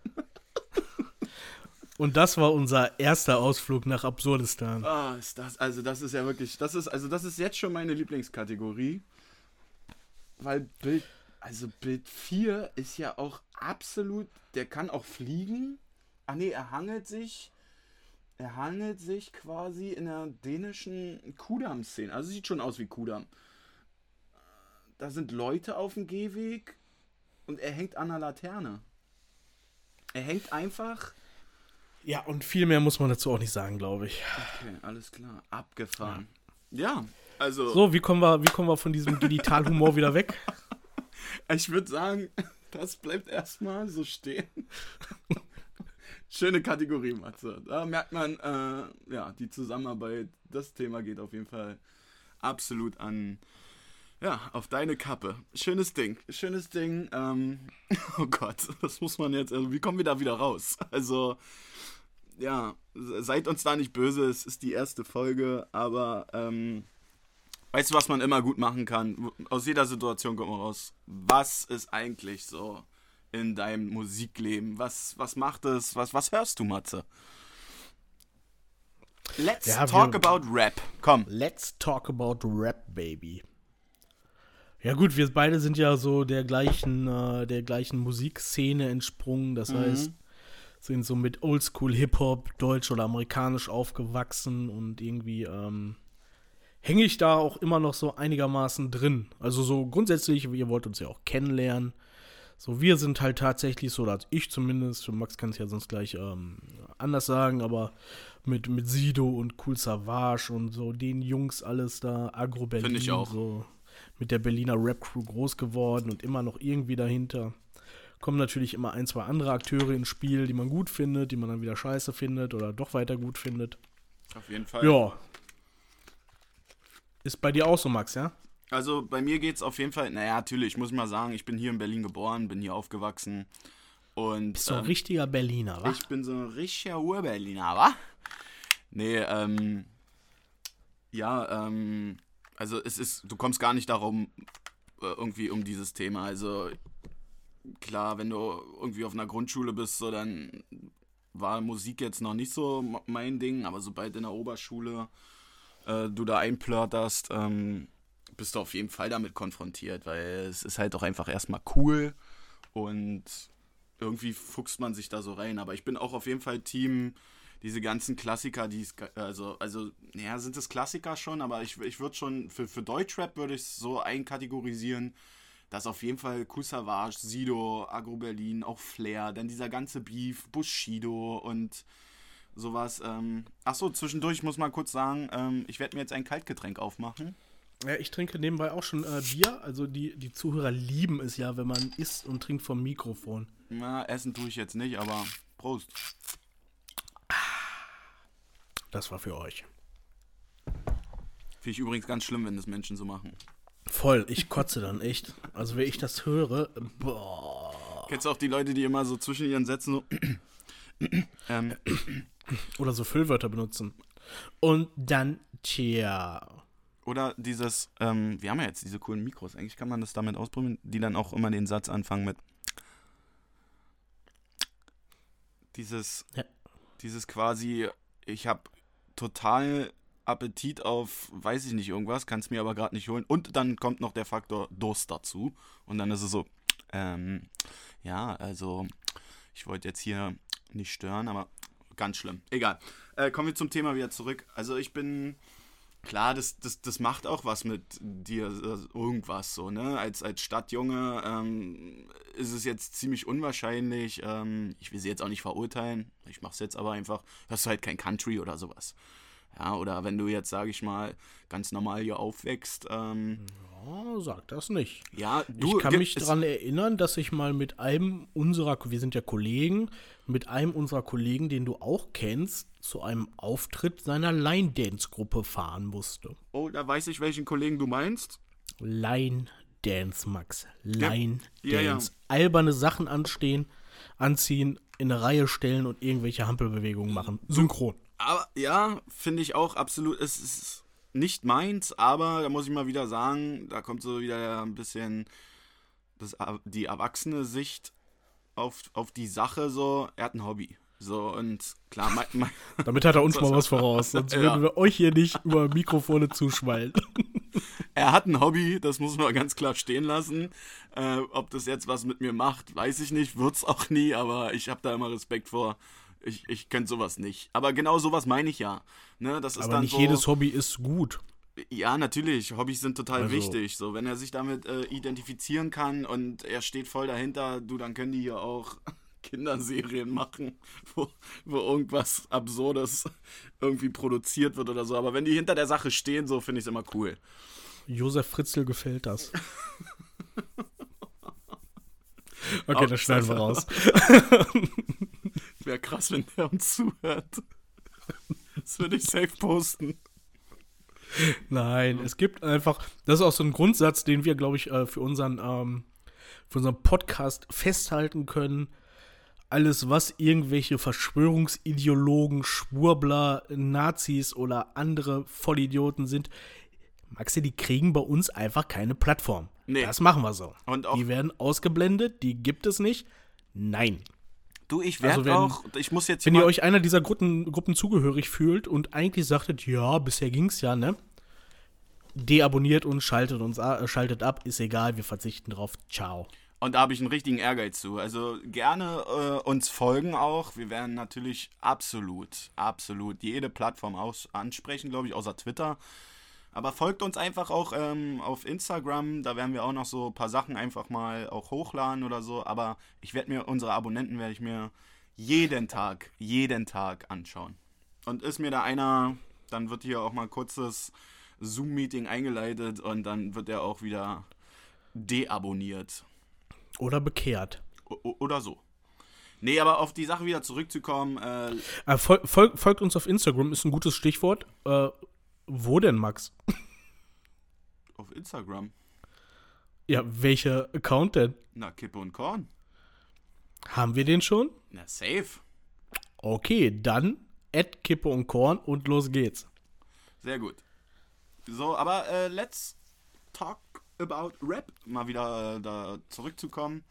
Und das war unser erster Ausflug nach Absurdistan. Das ist ja wirklich, das ist jetzt schon meine Lieblingskategorie. Weil Bild 4 ist ja auch absolut, der kann auch fliegen. Ach nee, er hangelt sich quasi in der dänischen Kudamm-Szene. Also sieht schon aus wie Kudamm. Da sind Leute auf dem Gehweg und er hängt an einer Laterne. Er hängt einfach. Ja, und viel mehr muss man dazu auch nicht sagen, glaube ich. Okay, alles klar. Abgefahren. Ja, also. So, wie kommen wir von diesem Genitalhumor wieder weg? Ich würde sagen, das bleibt erstmal so stehen. Schöne Kategorie, Matze. Da merkt man, die Zusammenarbeit, das Thema geht auf jeden Fall absolut auf deine Kappe. Schönes Ding. Oh Gott, das muss man jetzt, also wie kommen wir da wieder raus? Also, ja, seid uns da nicht böse, es ist die erste Folge, aber, weißt du, was man immer gut machen kann? Aus jeder Situation kommt man raus. Was ist eigentlich so in deinem Musikleben? Was macht es? Was hörst du, Matze? Let's talk about Rap. Komm. Let's talk about Rap, baby. Ja gut, wir beide sind ja so der gleichen Musikszene entsprungen. Das heißt, sind so mit Oldschool Hip-Hop, deutsch oder amerikanisch aufgewachsen und irgendwie hänge ich da auch immer noch so einigermaßen drin. Also so grundsätzlich, ihr wollt uns ja auch kennenlernen. So, wir sind halt tatsächlich so, dass ich zumindest, Max kann es ja sonst gleich anders sagen, aber mit Sido und Kool Savage und so den Jungs alles da, Agro Berlin, finde ich auch. So mit der Berliner Rap-Crew groß geworden und immer noch irgendwie dahinter. Kommen natürlich immer ein, zwei andere Akteure ins Spiel, die man gut findet, die man dann wieder scheiße findet oder doch weiter gut findet. Auf jeden Fall. Ja. Ist bei dir auch so, Max, ja? Also bei mir geht's auf jeden Fall, natürlich, ich muss mal sagen, ich bin hier in Berlin geboren, bin hier aufgewachsen und... Bist du ein richtiger Berliner, wa? Ich bin so ein richtiger Ur-Berliner, wa? Nee, also du kommst gar nicht darum, irgendwie um dieses Thema, also klar, wenn du irgendwie auf einer Grundschule bist, so dann war Musik jetzt noch nicht so mein Ding, aber sobald in der Oberschule du da einplörterst, bist du auf jeden Fall damit konfrontiert, weil es ist halt auch einfach erstmal cool und irgendwie fuchst man sich da so rein. Aber ich bin auch auf jeden Fall Team, diese ganzen Klassiker, sind es Klassiker schon, aber ich würde schon, für Deutschrap würde ich es so einkategorisieren, dass auf jeden Fall Kool Savage, Sido, Agro Berlin, auch Flair, dann dieser ganze Beef, Bushido und sowas. Achso, zwischendurch muss man kurz sagen, ich werde mir jetzt ein Kaltgetränk aufmachen. Ja, ich trinke nebenbei auch schon Bier. Also die Zuhörer lieben es ja, wenn man isst und trinkt vom Mikrofon. Na, essen tue ich jetzt nicht, aber Prost. Das war für euch. Finde ich übrigens ganz schlimm, wenn das Menschen so machen. Voll, ich kotze dann echt. Also wenn ich das höre, boah. Kennst du auch die Leute, die immer so zwischen ihren Sätzen so oder so Füllwörter benutzen. Und dann, tja. Oder dieses, wir haben ja jetzt diese coolen Mikros, eigentlich kann man das damit ausprobieren, die dann auch immer den Satz anfangen mit dieses quasi, ich habe total Appetit auf, weiß ich nicht, irgendwas, kann es mir aber gerade nicht holen. Und dann kommt noch der Faktor Durst dazu. Und dann ist es so, also ich wollte jetzt hier nicht stören, aber ganz schlimm. Egal. Kommen wir zum Thema wieder zurück. Also ich bin, klar, das macht auch was mit dir, irgendwas so, ne? Als Stadtjunge ist es jetzt ziemlich unwahrscheinlich, ich will sie jetzt auch nicht verurteilen, ich mach's jetzt aber einfach, hörst du halt kein Country oder sowas. Ja, oder wenn du jetzt, sage ich mal, ganz normal hier aufwächst. Oh, sag das nicht. Ja, Ich kann mich daran erinnern, dass ich mal mit einem unserer, wir sind ja Kollegen, mit einem unserer Kollegen, den du auch kennst, zu einem Auftritt seiner Line-Dance-Gruppe fahren musste. Oh, da weiß ich, welchen Kollegen du meinst. Line-Dance, Max. Line-Dance. Ja. Alberne Sachen anziehen, in eine Reihe stellen und irgendwelche Hampelbewegungen machen. Synchron. Aber ja, finde ich auch absolut. Es ist nicht meins, aber da muss ich mal wieder sagen, da kommt so wieder ein bisschen die erwachsene Sicht auf die Sache so. Er hat ein Hobby. So, und klar, damit hat er uns mal was voraus, sonst würden wir euch hier nicht über Mikrofone zuschwallen. Er hat ein Hobby, das muss man ganz klar stehen lassen. Ob das jetzt was mit mir macht, weiß ich nicht, wird's auch nie, aber ich habe da immer Respekt vor. Ich könnte sowas nicht. Aber genau sowas meine ich ja. Ne, das ist aber dann nicht so, jedes Hobby ist gut. Ja, natürlich. Hobbys sind total wichtig. So, wenn er sich damit identifizieren kann und er steht voll dahinter, dann können die hier auch Kinderserien machen, wo irgendwas Absurdes irgendwie produziert wird oder so. Aber wenn die hinter der Sache stehen, so finde ich es immer cool. Josef Fritzl gefällt das. Okay, das schneiden wir raus. Wäre krass, wenn der uns zuhört. Das würde ich safe posten. Nein, es gibt einfach, das ist auch so ein Grundsatz, den wir, glaube ich, für unseren Podcast festhalten können. Alles, was irgendwelche Verschwörungsideologen, Schwurbler, Nazis oder andere Vollidioten sind, Maxi, die kriegen bei uns einfach keine Plattform. Nee. Das machen wir so. Und auch, die werden ausgeblendet, die gibt es nicht. Nein. Du, ich werde auch, ich muss jetzt wenn ihr euch einer dieser Gruppen zugehörig fühlt und eigentlich sagtet, ja, bisher ging's ja, ne? Deabonniert uns, schaltet ab, ist egal, wir verzichten drauf. Ciao. Und da habe ich einen richtigen Ehrgeiz zu. Also gerne uns folgen auch. Wir werden natürlich absolut jede Plattform ansprechen, glaube ich, außer Twitter. Aber folgt uns einfach auch auf Instagram. Da werden wir auch noch so ein paar Sachen einfach mal auch hochladen oder so. Aber unsere Abonnenten werde ich mir jeden Tag anschauen. Und ist mir da einer, dann wird hier auch mal ein kurzes Zoom-Meeting eingeleitet und dann wird er auch wieder deabonniert. Oder bekehrt. Oder so. Nee, aber auf die Sache wieder zurückzukommen. Folgt uns auf Instagram, ist ein gutes Stichwort. Wo denn, Max? Auf Instagram. Ja, welcher Account denn? Na, Kippe und Korn. Haben wir den schon? Na, safe. Okay, dann @Kippe und Korn und los geht's. Sehr gut. So, aber let's talk about Rap. Mal wieder da zurückzukommen.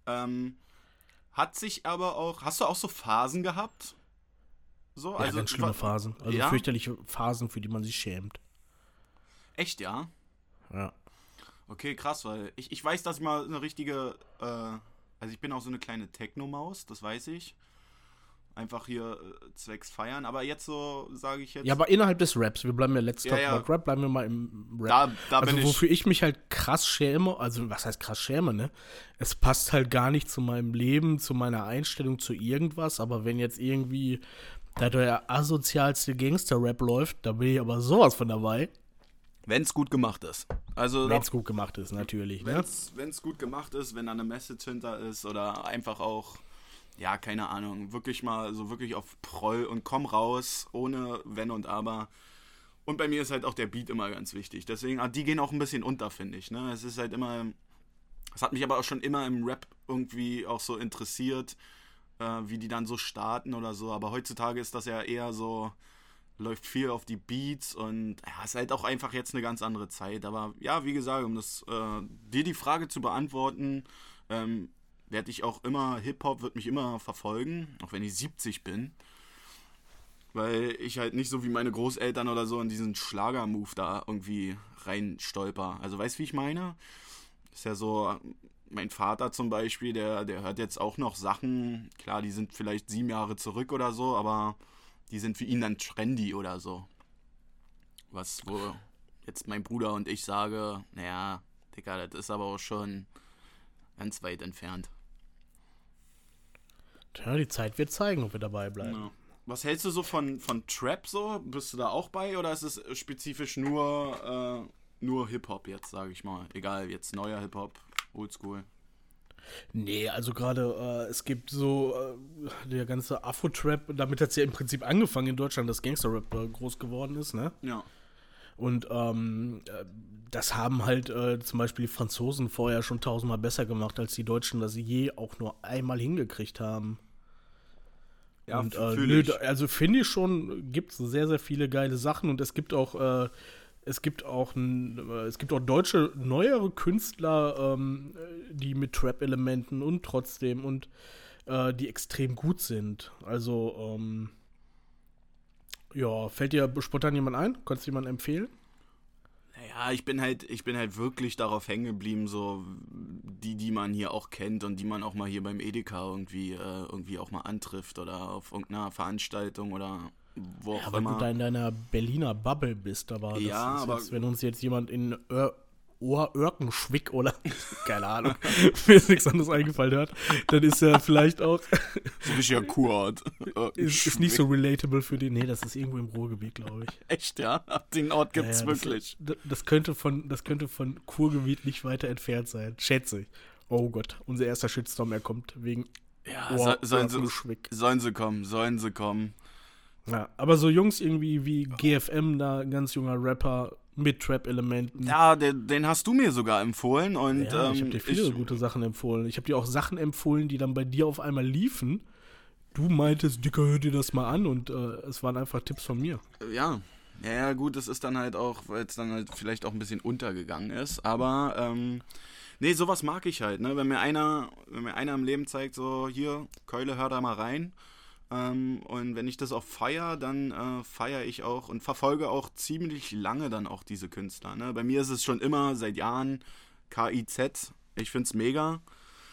Hat sich aber auch, hast du auch so Phasen gehabt? So, Ja, also, ganz schlimme Phasen. Also ja? fürchterliche Phasen, für die man sich schämt. Echt, ja? Ja. Okay, krass, weil ich weiß, dass ich mal eine richtige, also ich bin auch so eine kleine Techno-Maus, das weiß ich. Einfach hier zwecks feiern, aber jetzt so, sage ich jetzt. Ja, aber innerhalb des Raps, wir bleiben ja letztes Ja. About Rap, bleiben wir mal im Rap. Da also bin wofür ich mich halt krass schäme, also was heißt krass schäme, ne? Es passt halt gar nicht zu meinem Leben, zu meiner Einstellung, zu irgendwas, aber wenn jetzt irgendwie der asozialste Gangster-Rap läuft, da bin ich aber sowas von dabei. Wenn es gut gemacht ist. Also wenn es gut gemacht ist, natürlich. Wenn es gut gemacht ist, wenn da eine Message hinter ist oder einfach auch, ja, keine Ahnung, wirklich mal so wirklich auf Proll und komm raus, ohne Wenn und Aber. Und bei mir ist halt auch der Beat immer ganz wichtig. Deswegen, die gehen auch ein bisschen unter, finde ich. Ne? Es ist halt immer, es hat mich aber auch schon immer im Rap irgendwie auch so interessiert, wie die dann so starten oder so. Aber heutzutage ist das ja eher so, läuft viel auf die Beats und ja, ist halt auch einfach jetzt eine ganz andere Zeit. Aber ja, wie gesagt, um dir die Frage zu beantworten, werde ich auch immer, Hip-Hop wird mich immer verfolgen, auch wenn ich 70 bin. Weil ich halt nicht so wie meine Großeltern oder so in diesen Schlager-Move da irgendwie rein stolper. Also weißt du, wie ich meine? Ist ja so, mein Vater zum Beispiel, der hört jetzt auch noch Sachen, klar, die sind vielleicht 7 Jahre zurück oder so, aber die sind für ihn dann trendy oder so. Wo jetzt mein Bruder und ich sage, naja, Digga, das ist aber auch schon ganz weit entfernt. Tja, die Zeit wird zeigen, ob wir dabei bleiben. Ja. Was hältst du so von Trap so? Bist du da auch bei oder ist es spezifisch nur Hip-Hop jetzt, sage ich mal? Egal, jetzt neuer Hip-Hop, Oldschool. Nee, also gerade, es gibt so der ganze Afro-Trap, damit hat es ja im Prinzip angefangen in Deutschland, dass Gangster-Rap groß geworden ist, ne? Ja. Und das haben halt zum Beispiel die Franzosen vorher schon tausendmal besser gemacht, als die Deutschen das je auch nur einmal hingekriegt haben. Ja, Und fühl ich. also finde ich schon, gibt es sehr, sehr viele geile Sachen und es gibt auch deutsche neuere Künstler, die mit Trap-Elementen und trotzdem und die extrem gut sind. Also ja, fällt dir spontan jemand ein? Kannst du jemanden empfehlen? Naja, ich bin halt wirklich darauf hängen geblieben, so die man hier auch kennt und die man auch mal hier beim Edeka irgendwie auch mal antrifft oder auf irgendeiner Veranstaltung oder wo auch Ja, weil immer. du da in deiner Berliner Bubble bist, aber das Ja, ist aber jetzt, wenn uns jetzt jemand in Ohröhrkenschwick oder keine Ahnung, mir ist nichts anderes eingefallen hat, dann ist er vielleicht auch so richtiger Kurort. ist nicht so relatable für den. Nee, das ist irgendwo im Ruhrgebiet, glaube ich. Echt, ja? Den Ort gibt's Ja, wirklich. Das könnte von Kurgebiet nicht weiter entfernt sein, schätze ich. Oh Gott, unser erster Shitstorm, er kommt wegen Ja, Ohröhrkenschwick. sollen sie kommen. Ja, aber so Jungs irgendwie wie GFM, da ein ganz junger Rapper mit Trap-Elementen. Ja, den hast du mir sogar empfohlen und Ja, ich habe dir viele gute Sachen empfohlen. Ich habe dir auch Sachen empfohlen, die dann bei dir auf einmal liefen. Du meintest, Dicker, hör dir das mal an und es waren einfach Tipps von mir. Ja, gut, das ist dann halt auch, weil es dann halt vielleicht auch ein bisschen untergegangen ist, aber nee, sowas mag ich halt, ne? Wenn mir einer im Leben zeigt, so, hier, Keule, hör da mal rein. Und wenn ich das auch feiere, dann feiere ich auch und verfolge auch ziemlich lange dann auch diese Künstler. Ne? Bei mir ist es schon immer seit Jahren KIZ. Ich finde es mega,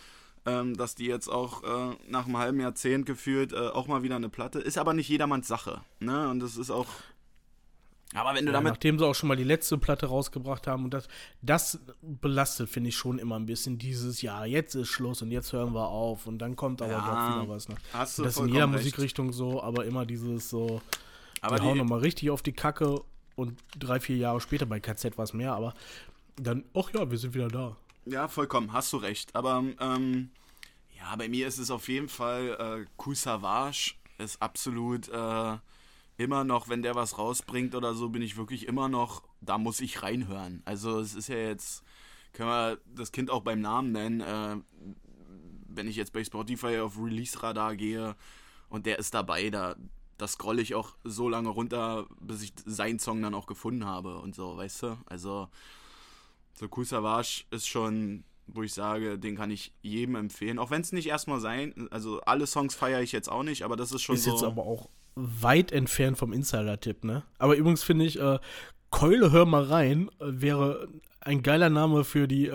dass die jetzt auch nach einem halben Jahrzehnt gefühlt auch mal wieder eine Platte. Ist aber nicht jedermanns Sache. Ne? Und das ist auch. Aber wenn du Ja, damit. nachdem sie auch schon mal die letzte Platte rausgebracht haben und das belastet, finde ich schon immer ein bisschen dieses, ja, jetzt ist Schluss und jetzt hören wir auf und dann kommt aber doch wieder was. Ne? Hast du das ist in jeder Musikrichtung so, aber immer dieses so, aber die hauen nochmal richtig auf die Kacke und 3-4 Jahre später, bei KZ war es mehr, aber dann, ach ja, wir sind wieder da. Ja, vollkommen, hast du recht. Aber ja, bei mir ist es auf jeden Fall Kool Savas ist absolut immer noch, wenn der was rausbringt oder so, bin ich wirklich immer noch, da muss ich reinhören. Also es ist ja jetzt, können wir das Kind auch beim Namen nennen, wenn ich jetzt bei Spotify auf Release-Radar gehe und der ist dabei, da scrolle ich auch so lange runter, bis ich seinen Song dann auch gefunden habe und so, weißt du? Also so Kool Savas ist schon, wo ich sage, den kann ich jedem empfehlen, auch wenn es nicht erstmal also alle Songs feiere ich jetzt auch nicht, aber das ist schon ist so. Ist jetzt aber auch weit entfernt vom Insider-Tipp, ne? Aber übrigens finde ich, Keule, hör mal rein, wäre ein geiler Name für die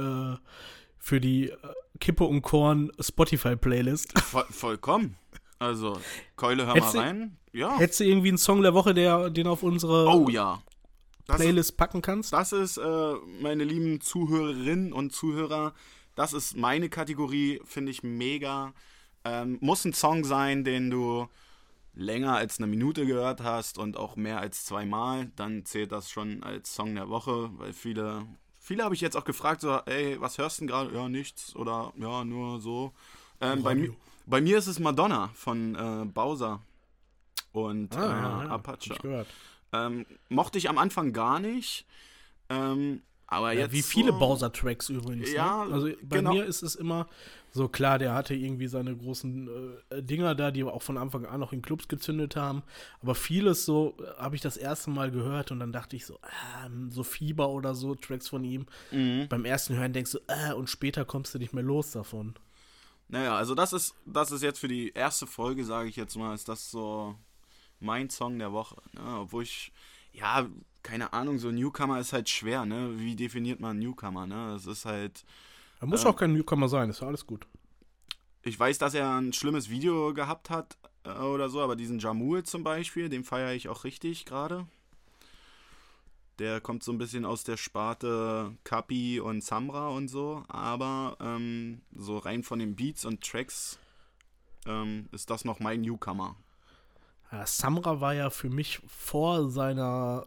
Kippe und Korn Spotify-Playlist. Vollkommen. Also, Keule, hör Hättest mal rein. Ja. Hättest du irgendwie einen Song der Woche, den auf unsere Playlist packen kannst? Das ist, meine lieben Zuhörerinnen und Zuhörer, das ist meine Kategorie, finde ich mega. Muss ein Song sein, den du länger als eine Minute gehört hast und auch mehr als 2 Mal, dann zählt das schon als Song der Woche, weil viele habe ich jetzt auch gefragt, so, ey, was hörst du denn gerade? Ja, nichts oder ja, nur so. Bei mir ist es Madonna von Bowser und Apache. Gehört. Mochte ich am Anfang gar nicht, aber jetzt wie viele so, Bowser-Tracks übrigens. Ja, ne? Also bei mir ist es immer so, klar, der hatte irgendwie seine großen Dinger da, die auch von Anfang an noch in Clubs gezündet haben. Aber vieles so habe ich das erste Mal gehört und dann dachte ich so, so Fieber oder so, Tracks von ihm. Mhm. Beim ersten Hören denkst du, und später kommst du nicht mehr los davon. Naja, also das ist jetzt für die erste Folge, sage ich jetzt mal, ist das so mein Song der Woche. Ne? Obwohl ich, ja, keine Ahnung, so Newcomer ist halt schwer, ne? Wie definiert man Newcomer, ne? Das ist halt. Er muss auch kein Newcomer sein, ist ja alles gut. Ich weiß, dass er ein schlimmes Video gehabt hat oder so, aber diesen Jamul zum Beispiel, den feiere ich auch richtig gerade. Der kommt so ein bisschen aus der Sparte Kapi und Samra und so, aber so rein von den Beats und Tracks ist das noch mein Newcomer. Ja, Samra war ja für mich vor seiner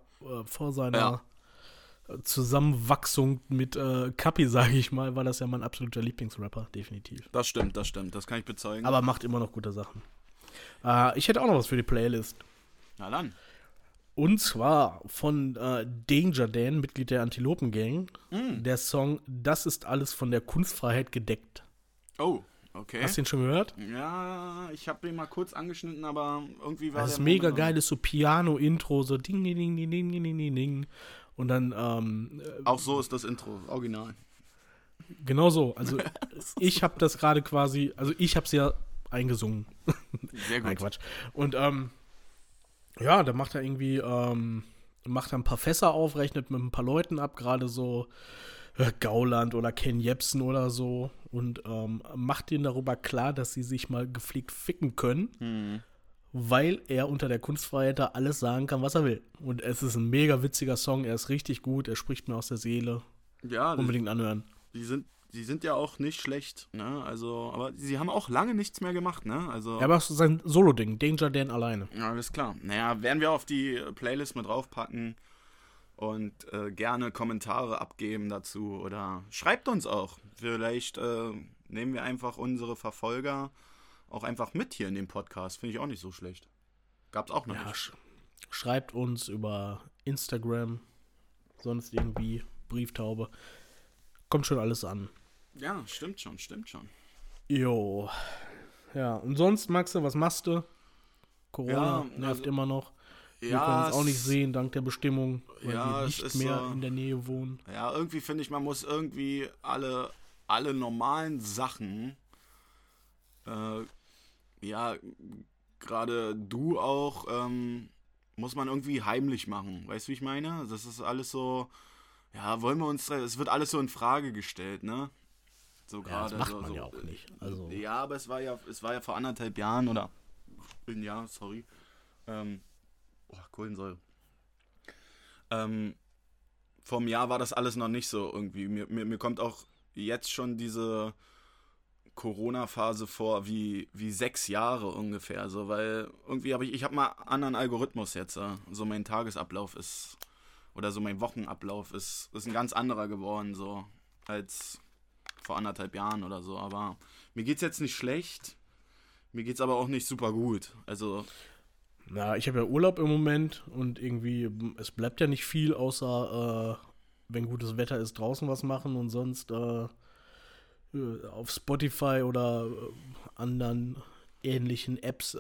Zusammenwachsung mit Kapi, sage ich mal, war das ja mein absoluter Lieblingsrapper, definitiv. Das stimmt, das kann ich bezeugen. Aber macht immer noch gute Sachen. Ich hätte auch noch was für die Playlist. Na dann. Und zwar von Danger Dan, Mitglied der Antilopen Gang, der Song Das ist alles von der Kunstfreiheit gedeckt. Oh, okay. Hast du den schon gehört? Ja, ich habe den mal kurz angeschnitten, aber irgendwie war Das der ist mega Moment geil, ist so Piano-Intro, so ding, ding, ding, ding, ding, ding, ding, ding. Und dann, auch so ist das Intro, original. Genau so. Also, ich habe das gerade quasi, also ich habe es ja eingesungen. Sehr gut. Nein, Quatsch. Und, ja, da macht er irgendwie, macht er ein paar Fässer auf, rechnet mit ein paar Leuten ab, gerade so Gauland oder Ken Jebsen oder so. Und macht ihnen darüber klar, dass sie sich mal gepflegt ficken können. Weil er unter der Kunstfreiheit da alles sagen kann, was er will. Und es ist ein mega witziger Song, er ist richtig gut, er spricht mir aus der Seele. Ja, Unbedingt anhören. die sind ja auch nicht schlecht, ne? Also, aber sie haben auch lange nichts mehr gemacht, ne? Also. Ja, aber es ist sein Solo-Ding, Danger Dan alleine. Ja, alles klar. Naja, werden wir auf die Playlist mit draufpacken und gerne Kommentare abgeben dazu oder schreibt uns auch. Vielleicht nehmen wir einfach unsere Verfolger auch einfach mit hier in dem Podcast. Finde ich auch nicht so schlecht. Gab's auch noch Ja, nicht. schreibt uns über Instagram, sonst irgendwie Brieftaube. Kommt schon alles an. Ja, stimmt schon. Jo. Ja, und sonst, Maxe, was machst du? Corona Ja, nervt immer noch. Wir ja, können uns auch nicht sehen, dank der Bestimmung, weil ja, wir es nicht ist mehr so. in der Nähe wohnen. Ja, irgendwie finde ich, man muss irgendwie alle normalen Sachen, ja, gerade du auch, muss man irgendwie heimlich machen. Weißt du, wie ich meine? Das ist alles so, ja, es wird alles so in Frage gestellt, ne? So Ja, das gerade. macht so, man so, ja auch nicht. Also, Ja, aber es war ja vor 1,5 Jahren oder ein Jahr, sorry. Kohlensäure. Vor einem Jahr war das alles noch nicht so irgendwie. Mir kommt auch jetzt schon diese Corona-Phase vor wie 6 Jahre ungefähr. So, weil irgendwie habe ich mal einen anderen Algorithmus jetzt. So mein Tagesablauf ist, oder so mein Wochenablauf ist ein ganz anderer geworden, so als vor 1,5 Jahren oder so. Aber mir geht's jetzt nicht schlecht. Mir geht's aber auch nicht super gut. Also. na, ich habe ja Urlaub im Moment und irgendwie, es bleibt ja nicht viel, außer wenn gutes Wetter ist, draußen was machen und sonst auf Spotify oder anderen ähnlichen Apps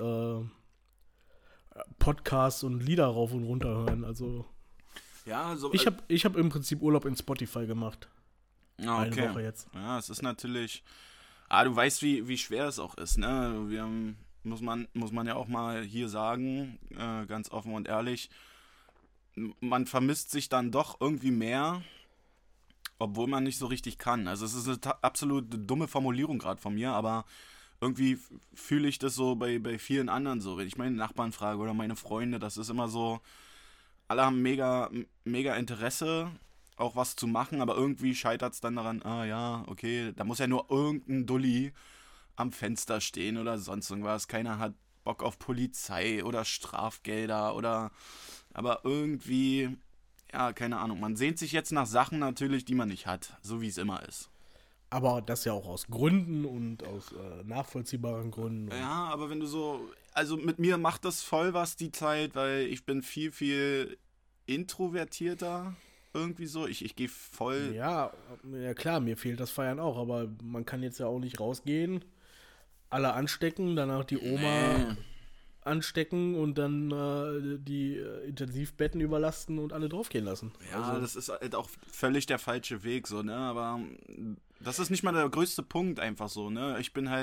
Podcasts und Lieder rauf und runter hören. Also Ja, so. ich hab im Prinzip Urlaub in Spotify gemacht. Ah, okay. Eine Woche jetzt. Ja, es ist natürlich. Du weißt, wie schwer es auch ist, ne? Muss man ja auch mal hier sagen, ganz offen und ehrlich, man vermisst sich dann doch irgendwie mehr, obwohl man nicht so richtig kann. Also es ist eine absolut dumme Formulierung gerade von mir, aber irgendwie fühle ich das so bei vielen anderen so. Wenn ich meine Nachbarn frage oder meine Freunde, das ist immer so, alle haben mega, mega Interesse, auch was zu machen, aber irgendwie scheitert es dann daran, ja, okay, da muss ja nur irgendein Dulli am Fenster stehen oder sonst irgendwas. Keiner hat Bock auf Polizei oder Strafgelder oder, aber irgendwie, ja, keine Ahnung. Man sehnt sich jetzt nach Sachen natürlich, die man nicht hat, so wie es immer ist. Aber das ja auch aus Gründen und aus nachvollziehbaren Gründen. Ja, aber wenn du so, also mit mir macht das voll was die Zeit, weil ich bin viel, viel introvertierter irgendwie so. Ich gehe voll. Ja, klar, mir fehlt das Feiern auch, aber man kann jetzt ja auch nicht rausgehen, alle anstecken, danach die Oma anstecken und dann die Intensivbetten überlasten und alle draufgehen lassen. Ja, also, das ist halt auch völlig der falsche Weg, so, ne? Aber das ist nicht mal der größte Punkt einfach so, ne? Ich gehe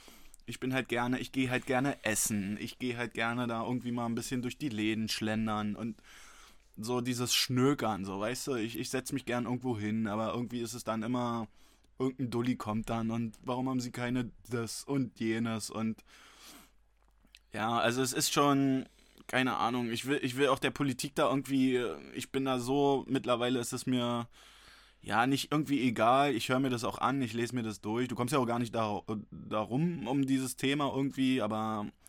halt gerne essen. Ich gehe halt gerne da irgendwie mal ein bisschen durch die Läden schlendern und so dieses Schnökern, so, weißt du? Ich setze mich gern irgendwo hin, aber irgendwie ist es dann immer, irgendein Dulli kommt dann und warum haben sie keine das und jenes und ja, also es ist schon, keine Ahnung, ich will auch der Politik da irgendwie, ich bin da so, mittlerweile ist es mir ja nicht irgendwie egal, ich höre mir das auch an, ich lese mir das durch, du kommst ja auch gar nicht darum, um dieses Thema irgendwie, aber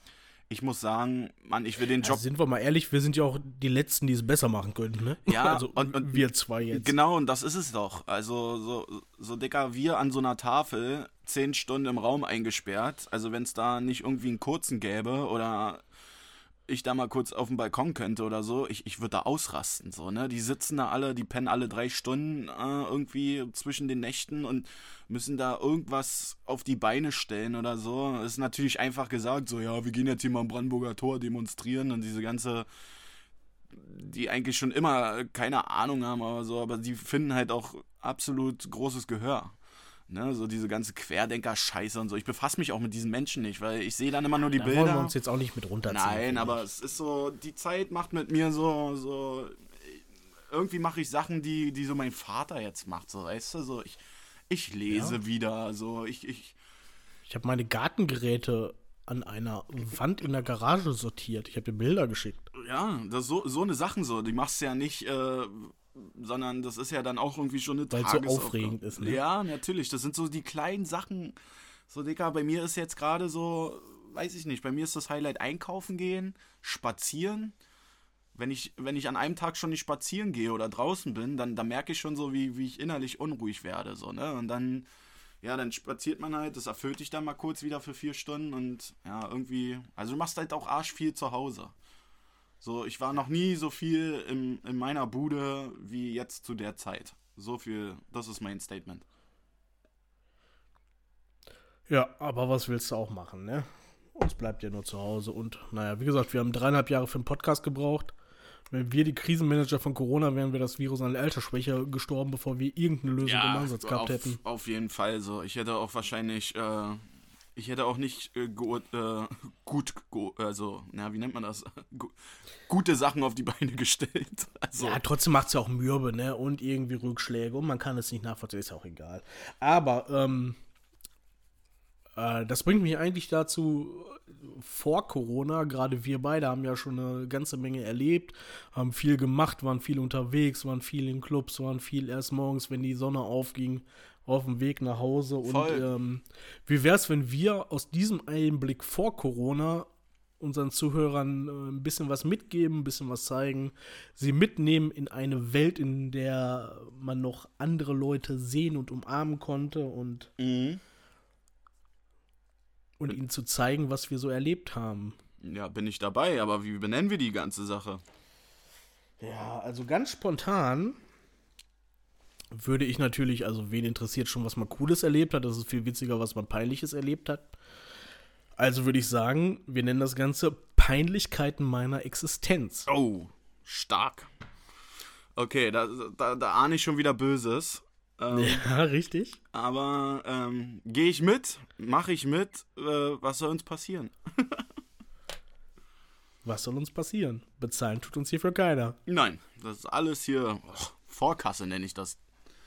ich muss sagen, Mann, ich will den Job. Also sind wir mal ehrlich, wir sind ja auch die Letzten, die es besser machen könnten, ne? Ja, also und wir zwei jetzt. Genau, und das ist es doch. Also, so Dicker, wir an so einer Tafel 10 Stunden im Raum eingesperrt. Also, wenn es da nicht irgendwie einen kurzen gäbe oder ich da mal kurz auf dem Balkon könnte oder so, ich würde da ausrasten, so, ne? Die sitzen da alle, die pennen alle 3 Stunden irgendwie zwischen den Nächten und müssen da irgendwas auf die Beine stellen oder so. Das ist natürlich einfach gesagt, so, ja, wir gehen jetzt hier mal am Brandenburger Tor demonstrieren und diese ganze, die eigentlich schon immer keine Ahnung haben, aber so, aber die finden halt auch absolut großes Gehör. Ne, so diese ganze Querdenker-Scheiße und so. Ich befasse mich auch mit diesen Menschen nicht, weil ich sehe dann immer nur die Bilder. Wollen wir uns jetzt auch nicht mit runterziehen. Nein, aber es ist so, die Zeit macht mit mir so irgendwie mache ich Sachen, die so mein Vater jetzt macht, so, weißt du, so, ich lese wieder, so, Ich habe meine Gartengeräte an einer Wand in der Garage sortiert. Ich habe dir Bilder geschickt. Ja, das so eine Sachen so, die machst du ja nicht, sondern das ist ja dann auch irgendwie schon eine Tagesaufgabe. Weil es so aufregend ist, ne? Ja, natürlich, das sind so die kleinen Sachen. So, Digga, bei mir ist jetzt gerade so, weiß ich nicht, bei mir ist das Highlight einkaufen gehen, spazieren. Wenn ich an einem Tag schon nicht spazieren gehe oder draußen bin, dann merke ich schon so, wie ich innerlich unruhig werde, so, ne? Und dann, ja, dann spaziert man halt, das erfüllt dich dann mal kurz wieder für 4 Stunden und ja, irgendwie, also du machst halt auch arsch viel zu Hause. So, ich war noch nie so viel in meiner Bude wie jetzt zu der Zeit. So viel, das ist mein Statement. Ja, aber was willst du auch machen, ne? Uns bleibt ja nur zu Hause und, naja, wie gesagt, wir haben 3,5 Jahre für den Podcast gebraucht. Wenn wir die Krisenmanager von Corona wären, wäre das Virus an Altersschwäche gestorben, bevor wir irgendeine Lösung im Ansatz gehabt hätten. Auf jeden Fall so. Ich hätte auch wahrscheinlich, ich hätte auch nicht wie nennt man das? Gute Sachen auf die Beine gestellt. Also. Ja, trotzdem macht es ja auch mürbe, ne? Und irgendwie Rückschläge und man kann es nicht nachvollziehen, ist ja auch egal. Aber, das bringt mich eigentlich dazu, vor Corona, gerade wir beide haben ja schon eine ganze Menge erlebt, haben viel gemacht, waren viel unterwegs, waren viel in Clubs, waren viel erst morgens, wenn die Sonne aufging, auf dem Weg nach Hause. Voll. Und wie wäre es, wenn wir aus diesem Einblick vor Corona unseren Zuhörern ein bisschen was mitgeben, ein bisschen was zeigen, sie mitnehmen in eine Welt, in der man noch andere Leute sehen und umarmen konnte und ihnen zu zeigen, was wir so erlebt haben. Ja, bin ich dabei, aber wie benennen wir die ganze Sache? Ja, also ganz spontan würde ich natürlich, also wen interessiert schon, was man Cooles erlebt hat, das ist viel witziger, was man Peinliches erlebt hat. Also würde ich sagen, wir nennen das Ganze Peinlichkeiten meiner Existenz. Oh, stark. Okay, da ahne ich schon wieder Böses. Ja, richtig. Aber gehe ich mit, mache ich mit, was soll uns passieren? Was soll uns passieren? Bezahlen tut uns hierfür keiner. Nein, das ist alles hier, Vorkasse nenne ich das.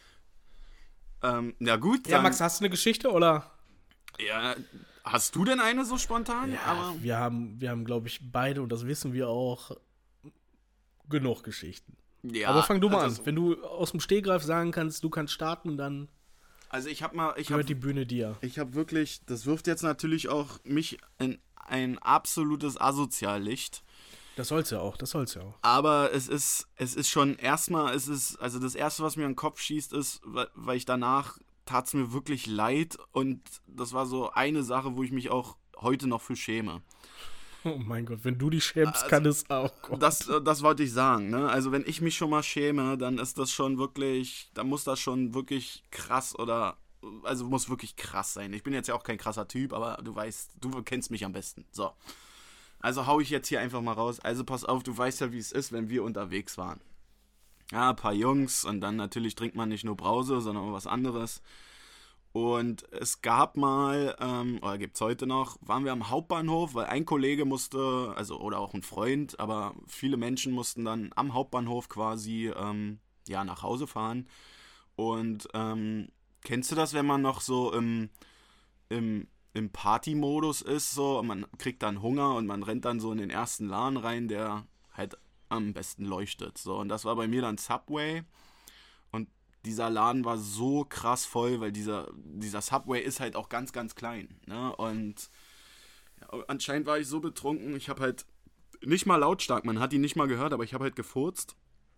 Ja gut. Ja, Max, hast du eine Geschichte, oder? Ja, hast du denn eine so spontan? Ja, aber wir haben, glaube ich, beide, und das wissen wir auch, genug Geschichten. Ja, aber fang du mal an. Wenn du aus dem Stegreif sagen kannst, du kannst starten, dann also gehört die Bühne dir. Ich habe wirklich, das wirft jetzt natürlich auch mich in ein absolutes Asoziallicht. Das soll's ja auch. Aber es ist schon erstmal, also das Erste, was mir in den Kopf schießt, ist, weil ich danach tat es mir wirklich leid und das war so eine Sache, wo ich mich auch heute noch für schäme. Oh mein Gott, wenn du dich schämst, kann es auch. Das wollte ich sagen, ne? Also wenn ich mich schon mal schäme, dann ist das schon wirklich, dann muss das schon wirklich krass also muss wirklich krass sein. Ich bin jetzt ja auch kein krasser Typ, aber du weißt, du kennst mich am besten. So. Also hau ich jetzt hier einfach mal raus. Also pass auf, du weißt ja, wie es ist, wenn wir unterwegs waren. Ja, ein paar Jungs und dann natürlich trinkt man nicht nur Brause, sondern auch was anderes. Und es gab mal, oder gibt es heute noch, waren wir am Hauptbahnhof, weil ein Kollege musste, also oder auch ein Freund, aber viele Menschen mussten dann am Hauptbahnhof quasi nach Hause fahren. Und kennst du das, wenn man noch so im Party-Modus ist, so, man kriegt dann Hunger und man rennt dann so in den ersten Laden rein, der halt am besten leuchtet. So, und das war bei mir dann Subway. Und dieser Laden war so krass voll, weil dieser Subway ist halt auch ganz, ganz klein. Ne? Und Anscheinend war ich so betrunken, ich habe halt nicht mal lautstark, man hat ihn nicht mal gehört, aber ich habe halt gefurzt.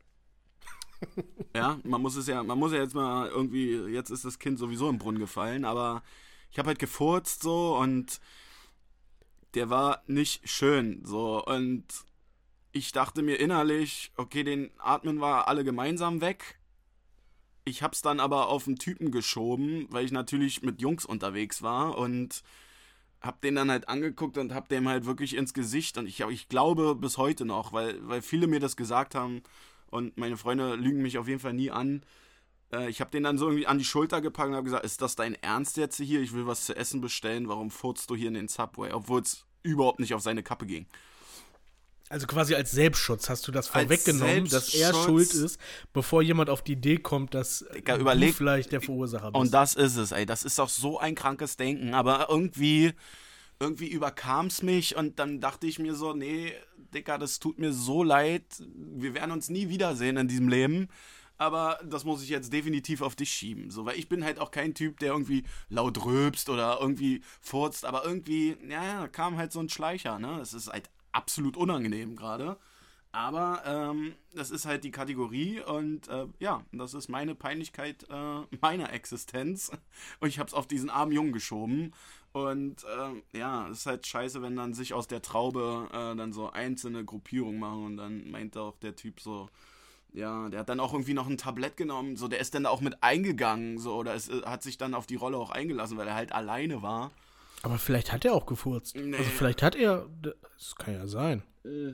Ja, man muss ja jetzt mal irgendwie, jetzt ist das Kind sowieso im Brunnen gefallen, aber ich habe halt gefurzt so und der war nicht schön so und ich dachte mir innerlich, okay, den atmen wir alle gemeinsam weg. Ich hab's dann aber auf einen Typen geschoben, weil ich natürlich mit Jungs unterwegs war und hab den dann halt angeguckt und hab dem halt wirklich ins Gesicht und ich glaube bis heute noch, weil viele mir das gesagt haben und meine Freunde lügen mich auf jeden Fall nie an. Ich hab den dann so irgendwie an die Schulter gepackt und hab gesagt, ist das dein Ernst jetzt hier? Ich will was zu essen bestellen, warum furzt du hier in den Subway? Obwohl es überhaupt nicht auf seine Kappe ging. Also quasi als Selbstschutz hast du das Als vorweggenommen, dass er Selbstschutz. schuld ist, bevor jemand auf die Idee kommt, dass Digga, du vielleicht der Verursacher bist. Und das ist es, ey. Das ist doch so ein krankes Denken. Aber irgendwie überkam es mich und dann dachte ich mir so, nee, Digga, das tut mir so leid. Wir werden uns nie wiedersehen in diesem Leben. Aber das muss ich jetzt definitiv auf dich schieben. So, weil ich bin halt auch kein Typ, der irgendwie laut rülpst oder irgendwie furzt. Aber irgendwie, ja, kam halt so ein Schleicher, ne? Es ist halt absolut unangenehm gerade. Aber das ist halt die Kategorie und ja, das ist meine Peinlichkeit meiner Existenz. Und ich habe es auf diesen armen Jungen geschoben. Und ja, es ist halt scheiße, wenn dann sich aus der Traube dann so einzelne Gruppierungen machen. Und dann meinte auch der Typ so, ja, der hat dann auch irgendwie noch ein Tablett genommen. So, der ist dann da auch mit eingegangen. So, oder hat sich dann auf die Rolle auch eingelassen, weil er halt alleine war. Aber vielleicht hat er auch gefurzt. Nee. Also vielleicht hat er, das kann ja sein.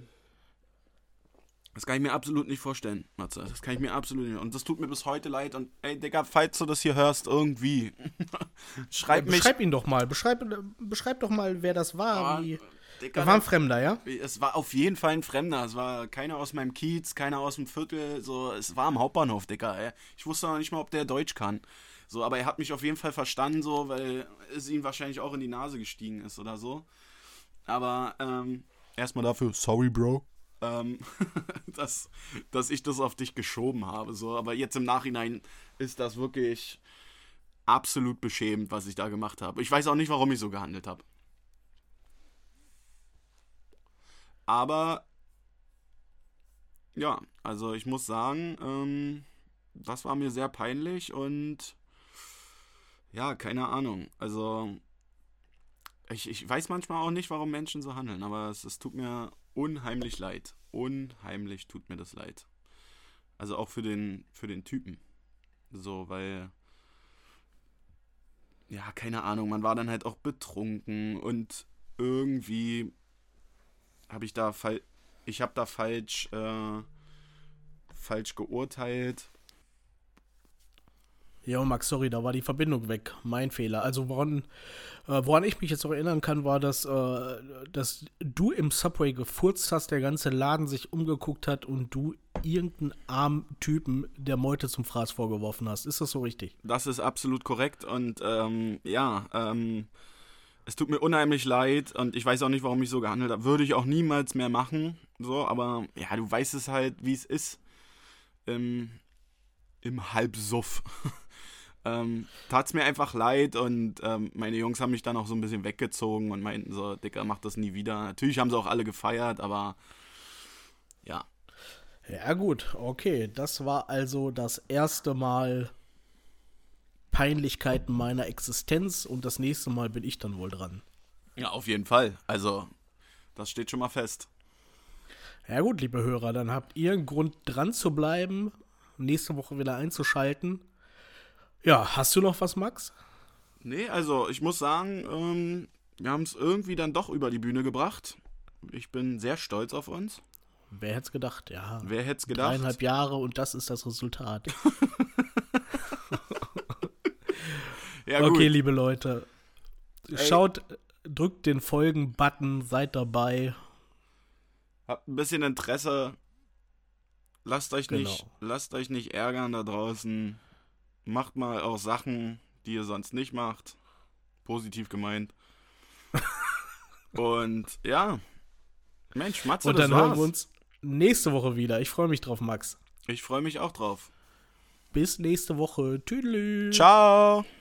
Das kann ich mir absolut nicht vorstellen, Matze. Das kann ich mir absolut nicht. Und das tut mir bis heute leid. Und ey, Digga, falls du das hier hörst, irgendwie, Beschreib ihn doch mal. Beschreib doch mal, wer das war. Digga, Das war ein Fremder, ja? Es war auf jeden Fall ein Fremder. Es war keiner aus meinem Kiez, keiner aus dem Viertel. So, es war am Hauptbahnhof, Digga. Ey. Ich wusste noch nicht mal, ob der Deutsch kann. So, aber er hat mich auf jeden Fall verstanden, so, weil es ihm wahrscheinlich auch in die Nase gestiegen ist oder so. Aber erstmal dafür, sorry, Bro. Dass ich das auf dich geschoben habe. So. Aber jetzt im Nachhinein ist das wirklich absolut beschämend, was ich da gemacht habe. Ich weiß auch nicht, warum ich so gehandelt habe. Aber ja, also ich muss sagen, das war mir sehr peinlich und ja, keine Ahnung. Also ich weiß manchmal auch nicht, warum Menschen so handeln, aber es tut mir unheimlich leid. Unheimlich tut mir das leid. Also auch für den Typen. So, weil ja, keine Ahnung, man war dann halt auch betrunken und irgendwie habe ich da falsch geurteilt. Ja, Max, sorry, da war die Verbindung weg. Mein Fehler. Also woran ich mich jetzt noch erinnern kann, war, dass du im Subway gefurzt hast, der ganze Laden sich umgeguckt hat und du irgendeinen armen Typen der Meute zum Fraß vorgeworfen hast. Ist das so richtig? Das ist absolut korrekt und es tut mir unheimlich leid und ich weiß auch nicht, warum ich so gehandelt habe. Würde ich auch niemals mehr machen. So, aber ja, du weißt es halt, wie es ist. Im Halbsuff. Tat's mir einfach leid und meine Jungs haben mich dann auch so ein bisschen weggezogen und meinten so, Dicker, mach das nie wieder. Natürlich haben sie auch alle gefeiert, aber ja. Ja gut, okay. Das war also das erste Mal Peinlichkeiten meiner Existenz und das nächste Mal bin ich dann wohl dran. Ja, auf jeden Fall. Also, das steht schon mal fest. Ja gut, liebe Hörer, dann habt ihr einen Grund dran zu bleiben, nächste Woche wieder einzuschalten. Ja, hast du noch was, Max? Nee, also ich muss sagen, wir haben es irgendwie dann doch über die Bühne gebracht. Ich bin sehr stolz auf uns. Wer hätte es gedacht, ja. Wer hätte es gedacht? 3,5 Jahre und das ist das Resultat. Ja, gut. Okay, liebe Leute, schaut, drückt den Folgen-Button, seid dabei. Habt ein bisschen Interesse. Lasst euch nicht ärgern da draußen. Macht mal auch Sachen, die ihr sonst nicht macht. Positiv gemeint. Und ja. Mensch, Matze, und das dann war's. hören wir uns nächste Woche wieder. Ich freue mich drauf, Max. Ich freue mich auch drauf. Bis nächste Woche. Tüdelü. Ciao.